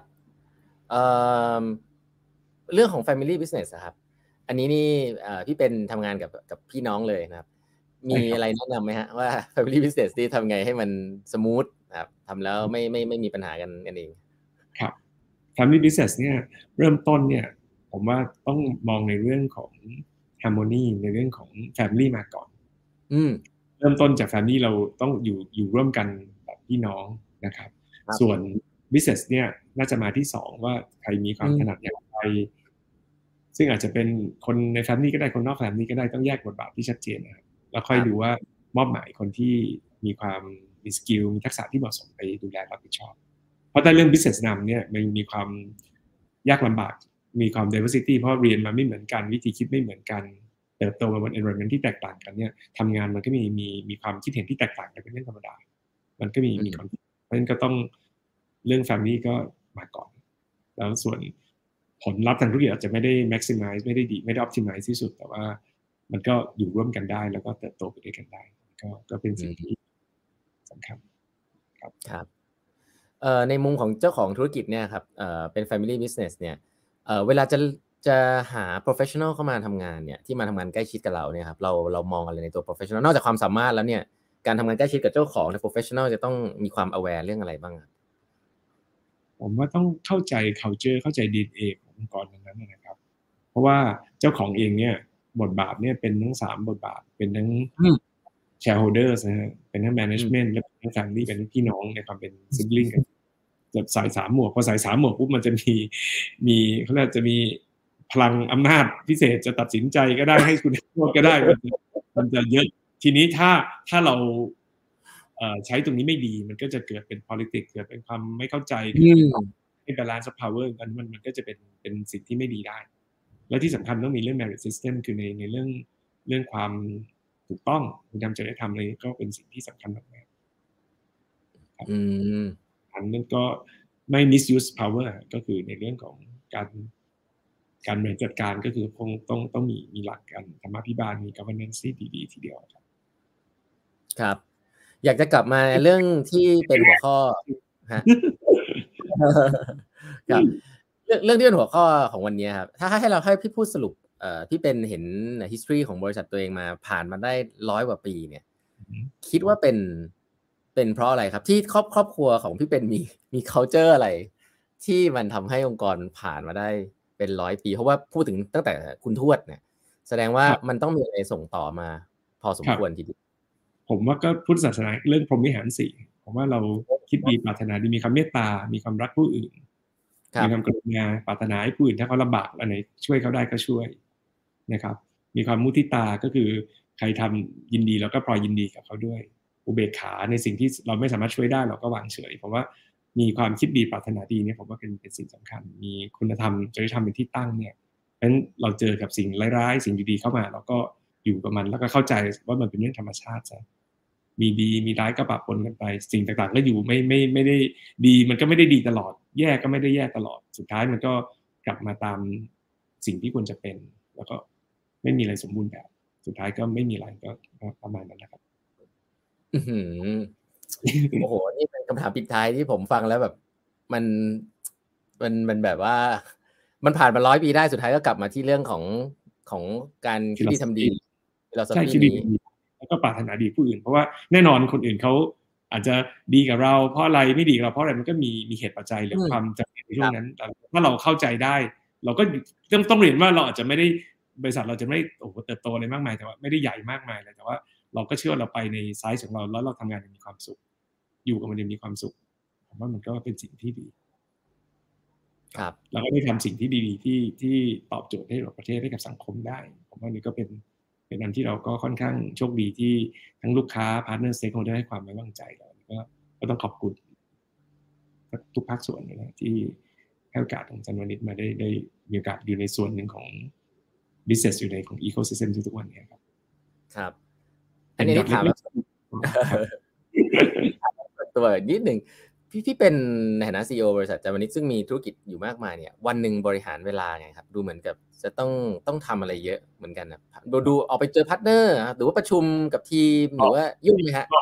เรื่องของ family business ครับอันนี้นี่พี่เป็นทำงานกับพี่น้องเลยนะครับมีอะไรแนะนำไหมฮะว่า family business ที่ทำไงให้มันสมูทครับทำแล้วไม่มีปัญหากันเองครับ family business เนี่ยเริ่มต้นเนี่ยผมว่าต้องมองในเรื่องของ harmony ในเรื่องของ family มาก่อนเริ่มต้นจาก family เราต้องอยู่ร่วมกันแบบพี่น้องนะครับส่วน business เนี่ยน่าจะมาที่2ว่าใครมีความถนัดอย่างไรซึ่งอาจจะเป็นคนใน family ก็ได้คนนอก family ก็ได้ต้องแยกบทบาทที่ชัดเจนนะครับแล้วค่อยดูว่ามอบหมายคนที่มีสกิลมีทักษะที่เหมาะสมไปดูแลรับผิดชอบเพราะถ้าเรื่อง business นำเนี่ยมันมีความยากลำบากมีความ diversity เพราะเรียนมาไม่เหมือนกันวิธีคิดไม่เหมือนกันเติบโตมาบน environment ที่แตกต่างกันเนี่ยทำงานมันก็มีความคิดเห็นที่แตกต่างกันเป็นเรื่องธรรมดามันก็มีความเพราะฉะนั้นก็ต้องเรื่อง family ก็มาก่อนแล้วส่วนผลลัพธ์ทางธุรกิจอาจจะไม่ได้ maximize ไม่ได้ดีไม่ได้ optimize ที่สุดแต่ว่ามันก็อยู่ร่วมกันได้แล้วก็เติบโตไปด้วยกันได้ก็เป็นสิ่งที่สำคัญครับในมุมของเจ้าของธุรกิจเนี่ยครับเป็น family business เนี่ยเวลาจะหา professional เข้ามาทำงานเนี่ยที่มาทำงานใกล้ชิดกับเราเนี่ยครับเรามองอะไรในตัว professional นอกจากความสามารถแล้วเนี่ยการทำงานใกล้ชิดกับเจ้าของใน professional จะต้องมีความ aware เรื่องอะไรบ้างผมว่าต้องเข้าใจ culture เข้าใจ DNA ขององค์กรนั้นนะครับเพราะว่าเจ้าของเองเนี่ยบทบาทเนี่ยเป็นทั้ง3บทบาทเป็นทั้ง shareholders นะฮะเป็นทั้ง management และเป็นทั้ง family เป็นพี่น้องในความเป็น sibling กันจะใส่3หมวกพอใส่3หมวกปุ๊บมันจะมีเขาเรียกจะมีพลังอำนาจพิเศษจะตัดสินใจก็ได้ให้คุณโทษก็ได้มันจะเยอะทีนี้ถ้าเราใช้ตรงนี้ไม่ดีมันก็จะเกิดเป็น politics เกิดเป็นความไม่เข้าใจเกิดเป็น balance of power มันก็จะเป็นสิ่งที่ไม่ดีได้และที่สำคัญต้องมีเรื่อง merit system คือในเรื่องความถูกต้องคุณทำจริยธรรมเลยก็เป็นสิ่งที่สำคัญมากๆอันนั้นก็ไม่ misuse power ก็คือในเรื่องของการบริหารจัดการก็คือคงต้องมีหลักการธรรมาภิบาลมี governance ที่ดีๆทีเดียวครับอยากจะกลับมาเรื่องที่เป็นหัวข้อฮะครับเรื่องที่เป็นหัวข้อของวันนี้ครับถ้าให้พี่พูดสรุปพี่เป็นเห็น history ของบริษัทตัวเองมาผ่านมาได้100 กว่าปีเนี่ยคิดว่าเป็นเพราะอะไรครับที่ครอบครัวของพี่เป็นมี culture อะไรที่มันทำให้องค์กรผ่านมาได้เป็น100 ปีเพราะว่าพูดถึงตั้งแต่คุณทวดเนี่ยแสดงว่ามันต้องมีอะไรส่งต่อมาพอสมควรทีเดียวผมว่าก็พุทธศาสนาเรื่องพรหมวิหาร4ผมว่าเราคิดดีปรารถนาดีมีความเมตตามีความรักผู้อื่นมีความกรุณาปรารถนาให้ผู้อื่นถ้าเขาลำบากอันไหนช่วยเขาได้ก็ช่วยนะครับมีความมุทิตาก็คือใครทำยินดีแล้วก็พลอยยินดีกับเขาด้วยอุเบกขาในสิ่งที่เราไม่สามารถช่วยได้เราก็วางเฉยผมว่ามีความคิดดีปรารถนาดีเนี่ยผมว่าเป็นสิ่งสำคัญมีคุณธรรมจริยธรรมเป็นที่ตั้งเนี่ยเพราะฉะนั้นเราเจอกับสิ่งร้ายๆสิ่งดีๆเข้ามาเราก็อยู่กับมันแล้วก็เข้าใจว่ามันเป็นเรื่องธรรมชาติใช่มีดีมีร้ายก็ปะปนกันไปสิ่งต่างๆก็อยู่ไม่ได้ดีมันก็ไม่ได้ดีตลอดแย่ก็ไม่ได้แย่ตลอดสุดท้ายมันก็กลับมาตามสิ่งที่ควรจะเป็นแล้วก็ไม่มีอะไรสมบูรณ์แบบสุดท้ายก็ไม่มีอะไรก็ประมาณนั้นนะครับโอ้โหนี่เป็นคำถามปิดท้ายที่ผมฟังแล้วแบบมันแบบว่ามันผ่านมา100 ปีได้สุดท้ายก็กลับมาที่เรื่องของของการคิดดีทำดีฟิโลโซใช่ฟีคิดดีนี้แล้วก็ปรารถนาดีผู้อื่นเพราะว่าแน่นอนคนอื่นเขาอาจจะดีกับเราเพราะอะไรไม่ดีกับเราเพราะอะไรมันก็มีเหตุปัจจัยหรือความจำเป็นในช่วงนั้นแต่ถ้าเราเข้าใจได้เราก็ต้องเรียนว่าเราอาจจะไม่ได้บริษัทเราจะไม่โอ้โหเติบโตอะไรมากมายแต่ว่าไม่ได้ใหญ่มากมายเลยแต่ว่าเราก็เชื่อเราไปในไซส์ของเราแล้วเราทำงานอย่างมีความสุขอยู่กับมันอย่างมีความสุขผมว่ามันก็เป็นสิ่งที่ดีครับเราก็ได้ทำสิ่งที่ดีๆที่ตอบโจทย์ให้กับประเทศให้กับสังคมได้ผมว่านี่ก็เป็นอันที่เราก็ค่อนข้างโชคดีที่ทั้งลูกค้าพาร์ทเนอร์สเต็กโฮลเดอร์ให้ความไว้วางใจเราก็ต้องขอบคุณทุกภาคส่วนนะที่ให้โอกาสของจันวานิชมาได้มีโอกาสอยู่ในส่วนหนึ่งของ business อยู่ในของ ecosystem ทุกวันนี้ครับครับอันนี้ถามตัวนิดหนึ่งพี่เป็นในฐานะ CEO บริษัทจันวานิชซึ่งมีธุรกิจอยู่มากมายเนี่ยวันหนึ่งบริหารเวลาไงครับดูเหมือนกับจะต้องทำอะไรเยอะเหมือนกันนะดูออกไปเจอพาร์ทเนอร์หรือว่าประชุมกับทีมหรือว่ายุ่งไหมฮะ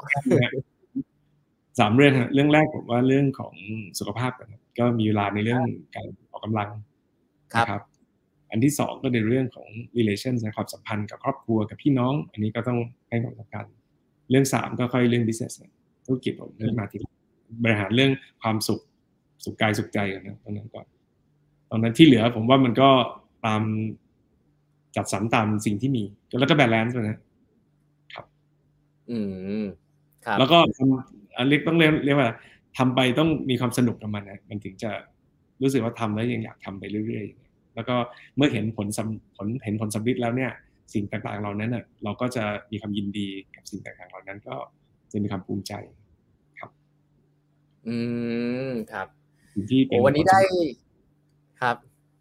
3 เรื่องเรื่องแรกผมว่าเรื่องของสุขภาพก็มีเวลาในเรื่องการออกกำลังนะครับอันที่2ก็ในเรื่องของ relation ความสัมพันธ์กับครอบครัวกับพี่น้องอันนี้ก็ต้องให้ความสำคัญเรื่อง3ก็ค่อยเรื่อง business ธุรกิจผมเรื่องมาทีหลังบริหารเรื่องความสุขกายสุขใจกันนะตรงนั้นก่อนตอนนั้นที่เหลือผมว่ามันก็ตามจัดสรรตามสิ่งที่มีแล้วก็ balance นะครับครับแล้วก็อันเล็กต้องเรียกว่าทำไปต้องมีความสนุกกับมันนะมันถึงจะรู้สึกว่าทำแล้วยังอยากทำไปเรื่อยๆแล้วก็เมื่อเห็นผลสำลิดแล้วเนี่ยสิ่งต่างๆเหล่านั้นน่ะเราก็จะมีความยินดีกับสิ่งต่างๆเหล่านั้นก็จะมีความภูมิใจครับครับที่เป็นวันนี้ได้ครับ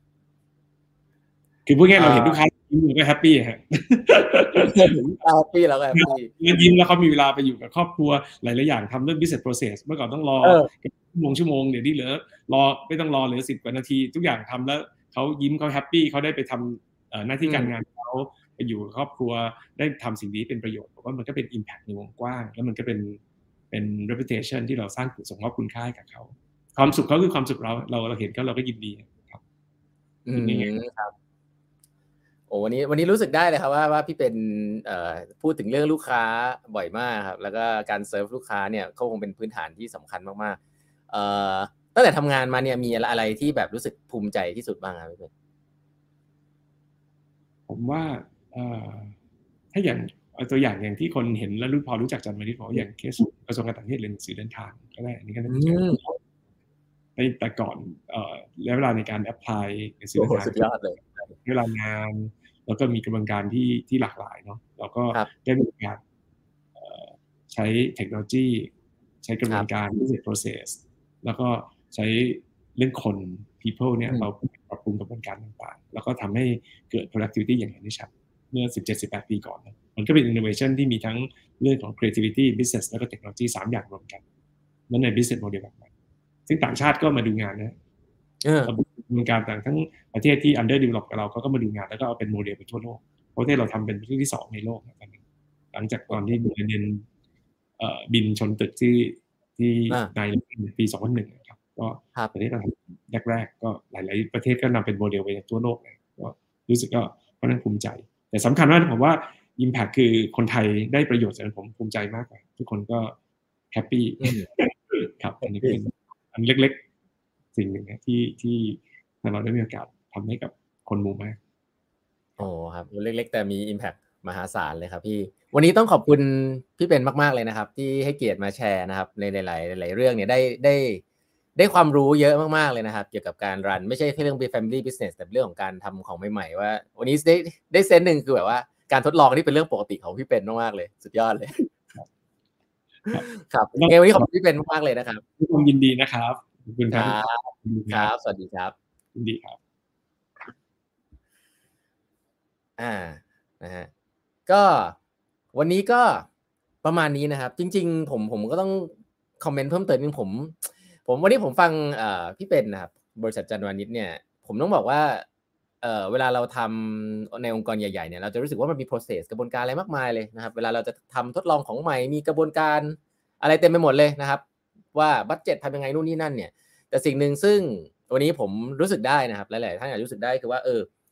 คือพูดง่ายเราเห็นลูกค้ายิ้มเราก็แฮปปี้ฮะแฮปปี้แล้วก็แฮปปี้ยิ้มแล้วเขามีเวลาไปอยู่กับครอบครัวหลายๆอย่างทำเรื่อง business process เมื่อก่อนต้องรอชั่วโมงเดี๋ยวนี้เหลือรอไม่ต้องรอเหลือ10 กว่านาทีทุกอย่างทำแล้วเขายิ้มเขาแฮปปี้เขาได้ไปทำหน้าที่การงานเขาไปอยู่กับครอบครัวได้ทำสิ่งนี้เป็นประโยชน์ผมว่ามันก็เป็น impact ในวงกว้างแล้วมันก็เป็น reputation ที่เราสร้างส่งมอบคุณค่าให้กับเขาความสุขเขาคือความสุขเราเห็นเขาเราก็ยินดีครับครับวันนี้รู้สึกได้เลยครับว่าพี่เป็นพูดถึงเรื่องลูกค้าบ่อยมากครับแล้วก็การเซิร์ฟลูกค้าเนี่ยก็คงเป็นพื้นฐานที่สำคัญมากๆตั้งแต่ทำงานมาเนี่ยมีอะไรที่แบบรู้สึกภูมิใจที่สุดบ้างครับพี่เป็นผมว่าถ้าอย่างตัวอย่างที่คนเห็นแล้วพอรู้จักจันวานิชบอกอย่างเคสกระทรวงการต่างประเทศเรียนหนังสือเดินทางก็ได้อันนี้ก็น่าจะแต่ก่อนระยะเวลาในการแอพพลายหนังสือเดินทางสุดยอดเลยเวลางานแล้วก็มีกระบวนการที่หลากหลายเนาะเราก็ได้มีการใช้เทคโนโลยีใช้กระบวนการ business process แล้วก็ใช้เรื่องคน people เนี่ยเราปรับปรุงกระบวนการต่างๆแล้วก็ทำให้เกิด productivity อย่างเห็นได้ชัดเมื่อ 17-18 ปีก่อนมันก็เป็น innovation ที่มีทั้งเรื่องของ creativity business แล้วก็ technology 3 อย่างรวมกันแล้วใน business model แบบใหม่ซึ่งต่างชาติก็มาดูงานนะระบบกระบวนการต่างทั้งประเทศที่ under develop กับเราเขาก็มาดูงานแล้วก็เอาเป็นโมเดลไปทั่วโลกประเทศเราทำเป็นประเทศที่2ในโลกตอนนี้หลังจากตอนที่เรียนบินชนตึกที่ในปี 2001 ครับก็ประเทศเราแรกๆก็หลายๆประเทศก็นำเป็นโมเดลไปทั่วโลกเลยก็รู้สึกก็ค่อนข้างภูมิใจแต่สำคัญว่าผมว่า impact คือคนไทยได้ประโยชน์จากผมภูมิใจมากกว่าทุกคนก็แฮปปี้ครับอันนี้เป็นอันเล็กๆสิ่งหนึ่งที่เราได้มีโอกาสทำให้กับคนหมู่มากครับเล็กๆแต่มี impact มหาศาลเลยครับพี่วันนี้ต้องขอบคุณพี่เป็นมากๆเลยนะครับที่ให้เกียรติมาแชร์นะครับในหลายๆเรื่องเนี่ยได้ความรู้เยอะมากๆเลยนะครับเกี่ยวกับการรันไม่ใช่แค่เรื่อง family business แต่เรื่องของการทำของใหม่ๆว่าวันนี้ได้เซนส์นึงคือแบบว่าการทดลองนี่เป็นเรื่องปกติของพี่เป็นมากๆเลยสุดยอดเลยครับงั้นวันนี้ขอบคุณพี่เป็นมากๆเลยนะครับทุกคนยินดีนะครับขอบคุณครับสวัสดีครับยินดีครับนะฮะก็วันนี้ก็ประมาณนี้นะครับจริงๆผมก็ต้องคอมเมนต์เพิ่มเติมนึงผมวันนี้ผมฟังพี่เป็นนะครับบริษัทจันวานิชเนี่ยผมต้องบอกว่าเวลาเราทำในองค์กรใหญ่ๆเนี่ยเราจะรู้สึกว่ามันมี process กระบวนการอะไรมากมายเลยนะครับเวลาเราจะทำทดลองของใหม่มีกระบวนการอะไรเต็มไปหมดเลยนะครับว่าบัดเจ็ตทำยังไงนู่นนี่นั่นเนี่ยแต่สิ่งหนึ่งซึ่งวันนี้ผมรู้สึกได้นะครับหลายๆท่านอาจจะรู้สึกได้คือว่า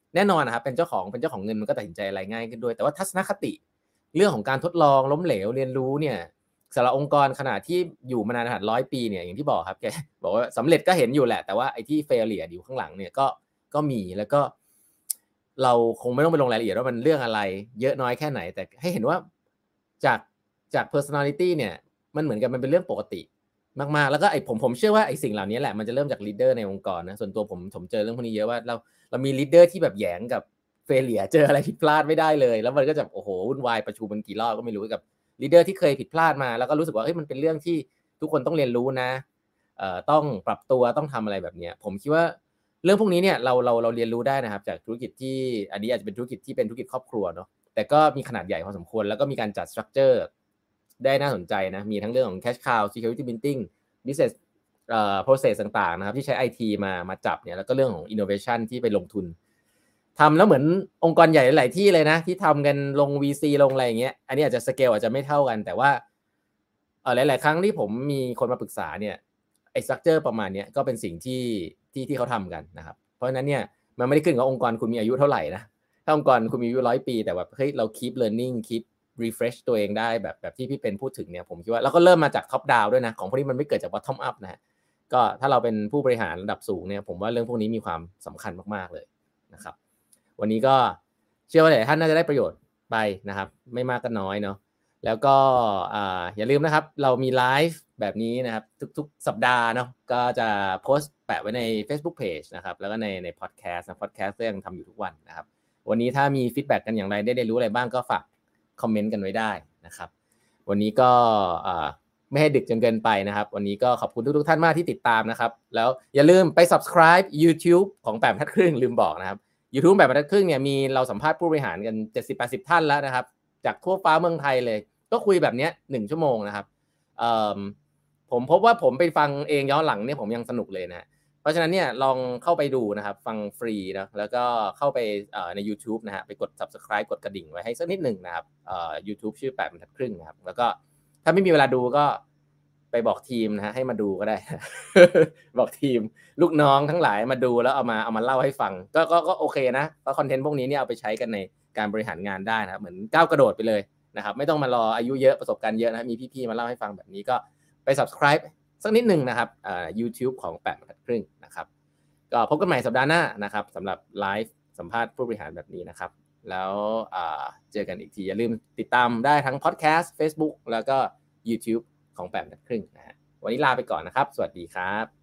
แน่นอนนะครับเป็นเจ้าของเงินมันก็ตัดสินใจอะไรง่ายขึ้นด้วยแต่ว่าทัศนคติเรื่องของการทดลองล้มเหลวเรียนรู้เนี่ยสำหรับองค์กรขนาดที่อยู่มานานขนาด100 ปีเนี่ยอย่างที่บอกครับแกบอกว่าสำเร็จก็เห็นอยู่แหละแต่ว่าไอ้ที่ failure อยู่ข้างหลังเนี่ยก็มีแล้วก็เราคงไม่ต้องไปลงรายละเอียดว่ามันเรื่องอะไรเยอะน้อยแค่ไหนแต่ให้เห็นว่าจาก personality เนี่ยมันเหมือนกับมันเป็นเรื่องปกติมากๆแล้วก็ไอ้ผมเชื่อว่าไอ้สิ่งเหล่านี้แหละมันจะเริ่มจาก leader ในองค์กรนะส่วนตัวผมเจอเรื่องพวกนี้เยอะว่าเรามี leader ที่แบบแหยงกับ failure เจออะไรผิดพลาดไม่ได้เลยแล้วมันก็จะโอ้โหวุ่นวายประชุมมันกี่รอบก็ไม่รู้กับ leader ที่เคยผิดพลาดมาแล้วก็รู้สึกว่าเฮ้ยมันเป็นเรื่องที่ทุกคนต้องเรียนรู้นะต้องปรับตัวต้องทำอะไรแบบนี้ผมคิดว่าเรื่องพวกนี้เนี่ยเราเรียนรู้ได้นะครับจากธุรกิจที่อันนี้อาจจะเป็นธุรกิจที่เป็นธุรกิจครอบครัวเนาะแต่ก็มีขนาดใหญ่พอสมควรแล้วก็มีการจัด structure ได้น่าสนใจนะมีทั้งเรื่องของ cash cow security minting business process ต่างๆนะครับที่ใช้ IT มาจับเนี่ยแล้วก็เรื่องของ innovation ที่ไปลงทุนทำแล้วเหมือนองค์กรใหญ่หลายที่เลยนะที่ทำกันลง VC ลงอะไรอย่างเงี้ยอันนี้อาจจะสเกลอาจจะไม่เท่ากันแต่ว่าหลายๆครั้งที่ผมมีคนมาปรึกษาเนี่ยไอ้ structure ประมาณนี้ก็เป็นสิ่งที่เขาทำกันนะครับเพราะฉะนั้นเนี่ยมันไม่ได้ขึ้นกับองค์กรคุณมีอายุเท่าไหร่นะถ้าองค์กรคุณมีอายุ100 ปีแต่แบบเฮ้ยเรา keep learning keep refresh ตัวเองได้แบบที่พี่เป็นพูดถึงเนี่ยผมคิดว่าแล้วก็เริ่มมาจาก top down ด้วยนะของพวกนี้มันไม่เกิดจาก bottom up นะฮะก็ถ้าเราเป็นผู้บริหารระดับสูงเนี่ยผมว่าเรื่องพวกนี้มีความสำคัญมากๆเลยนะครับวันนี้ก็เชื่อว่าหลายท่านน่าจะได้ประโยชน์ไปนะครับไม่มากก็น้อยเนาะแล้วก็อย่าลืมนะครับเรามีไลฟ์แบบนี้นะครับทุกๆสัปดาห์เนาะก็จะโพสต์แปะไว้ใน Facebook Page นะครับแล้วก็ในพอดแคสต์นะพอดแคสต์ก็ยังทำอยู่ทุกวันนะครับวันนี้ถ้ามีฟีดแบ็กกันอย่างไรได้รู้อะไรบ้างก็ฝากคอมเมนต์กันไว้ได้นะครับวันนี้ก็ไม่ให้ดึกจนเกินไปนะครับวันนี้ก็ขอบคุณทุกท่านมากที่ติดตามนะครับแล้วอย่าลืมไป subscribe YouTube ของแปมทัดครึ่งลืมบอกนะครับ YouTube แบบบรรทัดครึ่งเนี่ยมีเราสัมภาษณ์ผู้บริหารกัน 70-80 ท่านแล้วนะครับจากทั่วฟ้าเมืองไทยเลยก็คุยแบบนี้1 ชั่วโมงนะครับผมพบว่าผมไปฟังเองย้อนหลังเนี่ยผมยังสนุกเลยนะเพราะฉะนั้นเนี่ยลองเข้าไปดูนะครับฟังฟรีนะแล้วก็เข้าไปใน YouTube นะฮะไปกด Subscribe กดกระดิ่งไว้ให้สักนิดนึงนะครับYouTube ชื่อ8 บรรทัดครึ่งนะครับแล้วก็ถ้าไม่มีเวลาดูก็ไปบอกทีมนะฮะให้มาดูก็ได้ บอกทีมลูกน้องทั้งหลายมาดูแล้วเอามาเล่าให้ฟังก็โอเคนะเพราะคอนเทนต์พวกนี้เนี่ยเอาไปใช้กันในการบริหารงานได้นะครับเหมือนก้าวกระโดดไปเลยนะครับไม่ต้องมารออายุเยอะประสบการณ์เยอะนะมีพี่ๆมาเล่าให้ฟังแบบนี้ก็ไป subscribe สักนิดนึงนะครับYouTube ของ8 บรรทัดครึ่งนะครับก็พบกันใหม่สัปดาห์หน้านะครับสำหรับไลฟ์สัมภาษณ์ผู้บริหารแบบนี้นะครับแล้วเจอกันอีกทีอย่าลืมติดตามได้ทั้งพอดแคสต์ Facebook แล้วก็ YouTube ของ8 บรรทัดครึ่งนะฮะวันนี้ลาไปก่อนนะครับสวัสดีครับ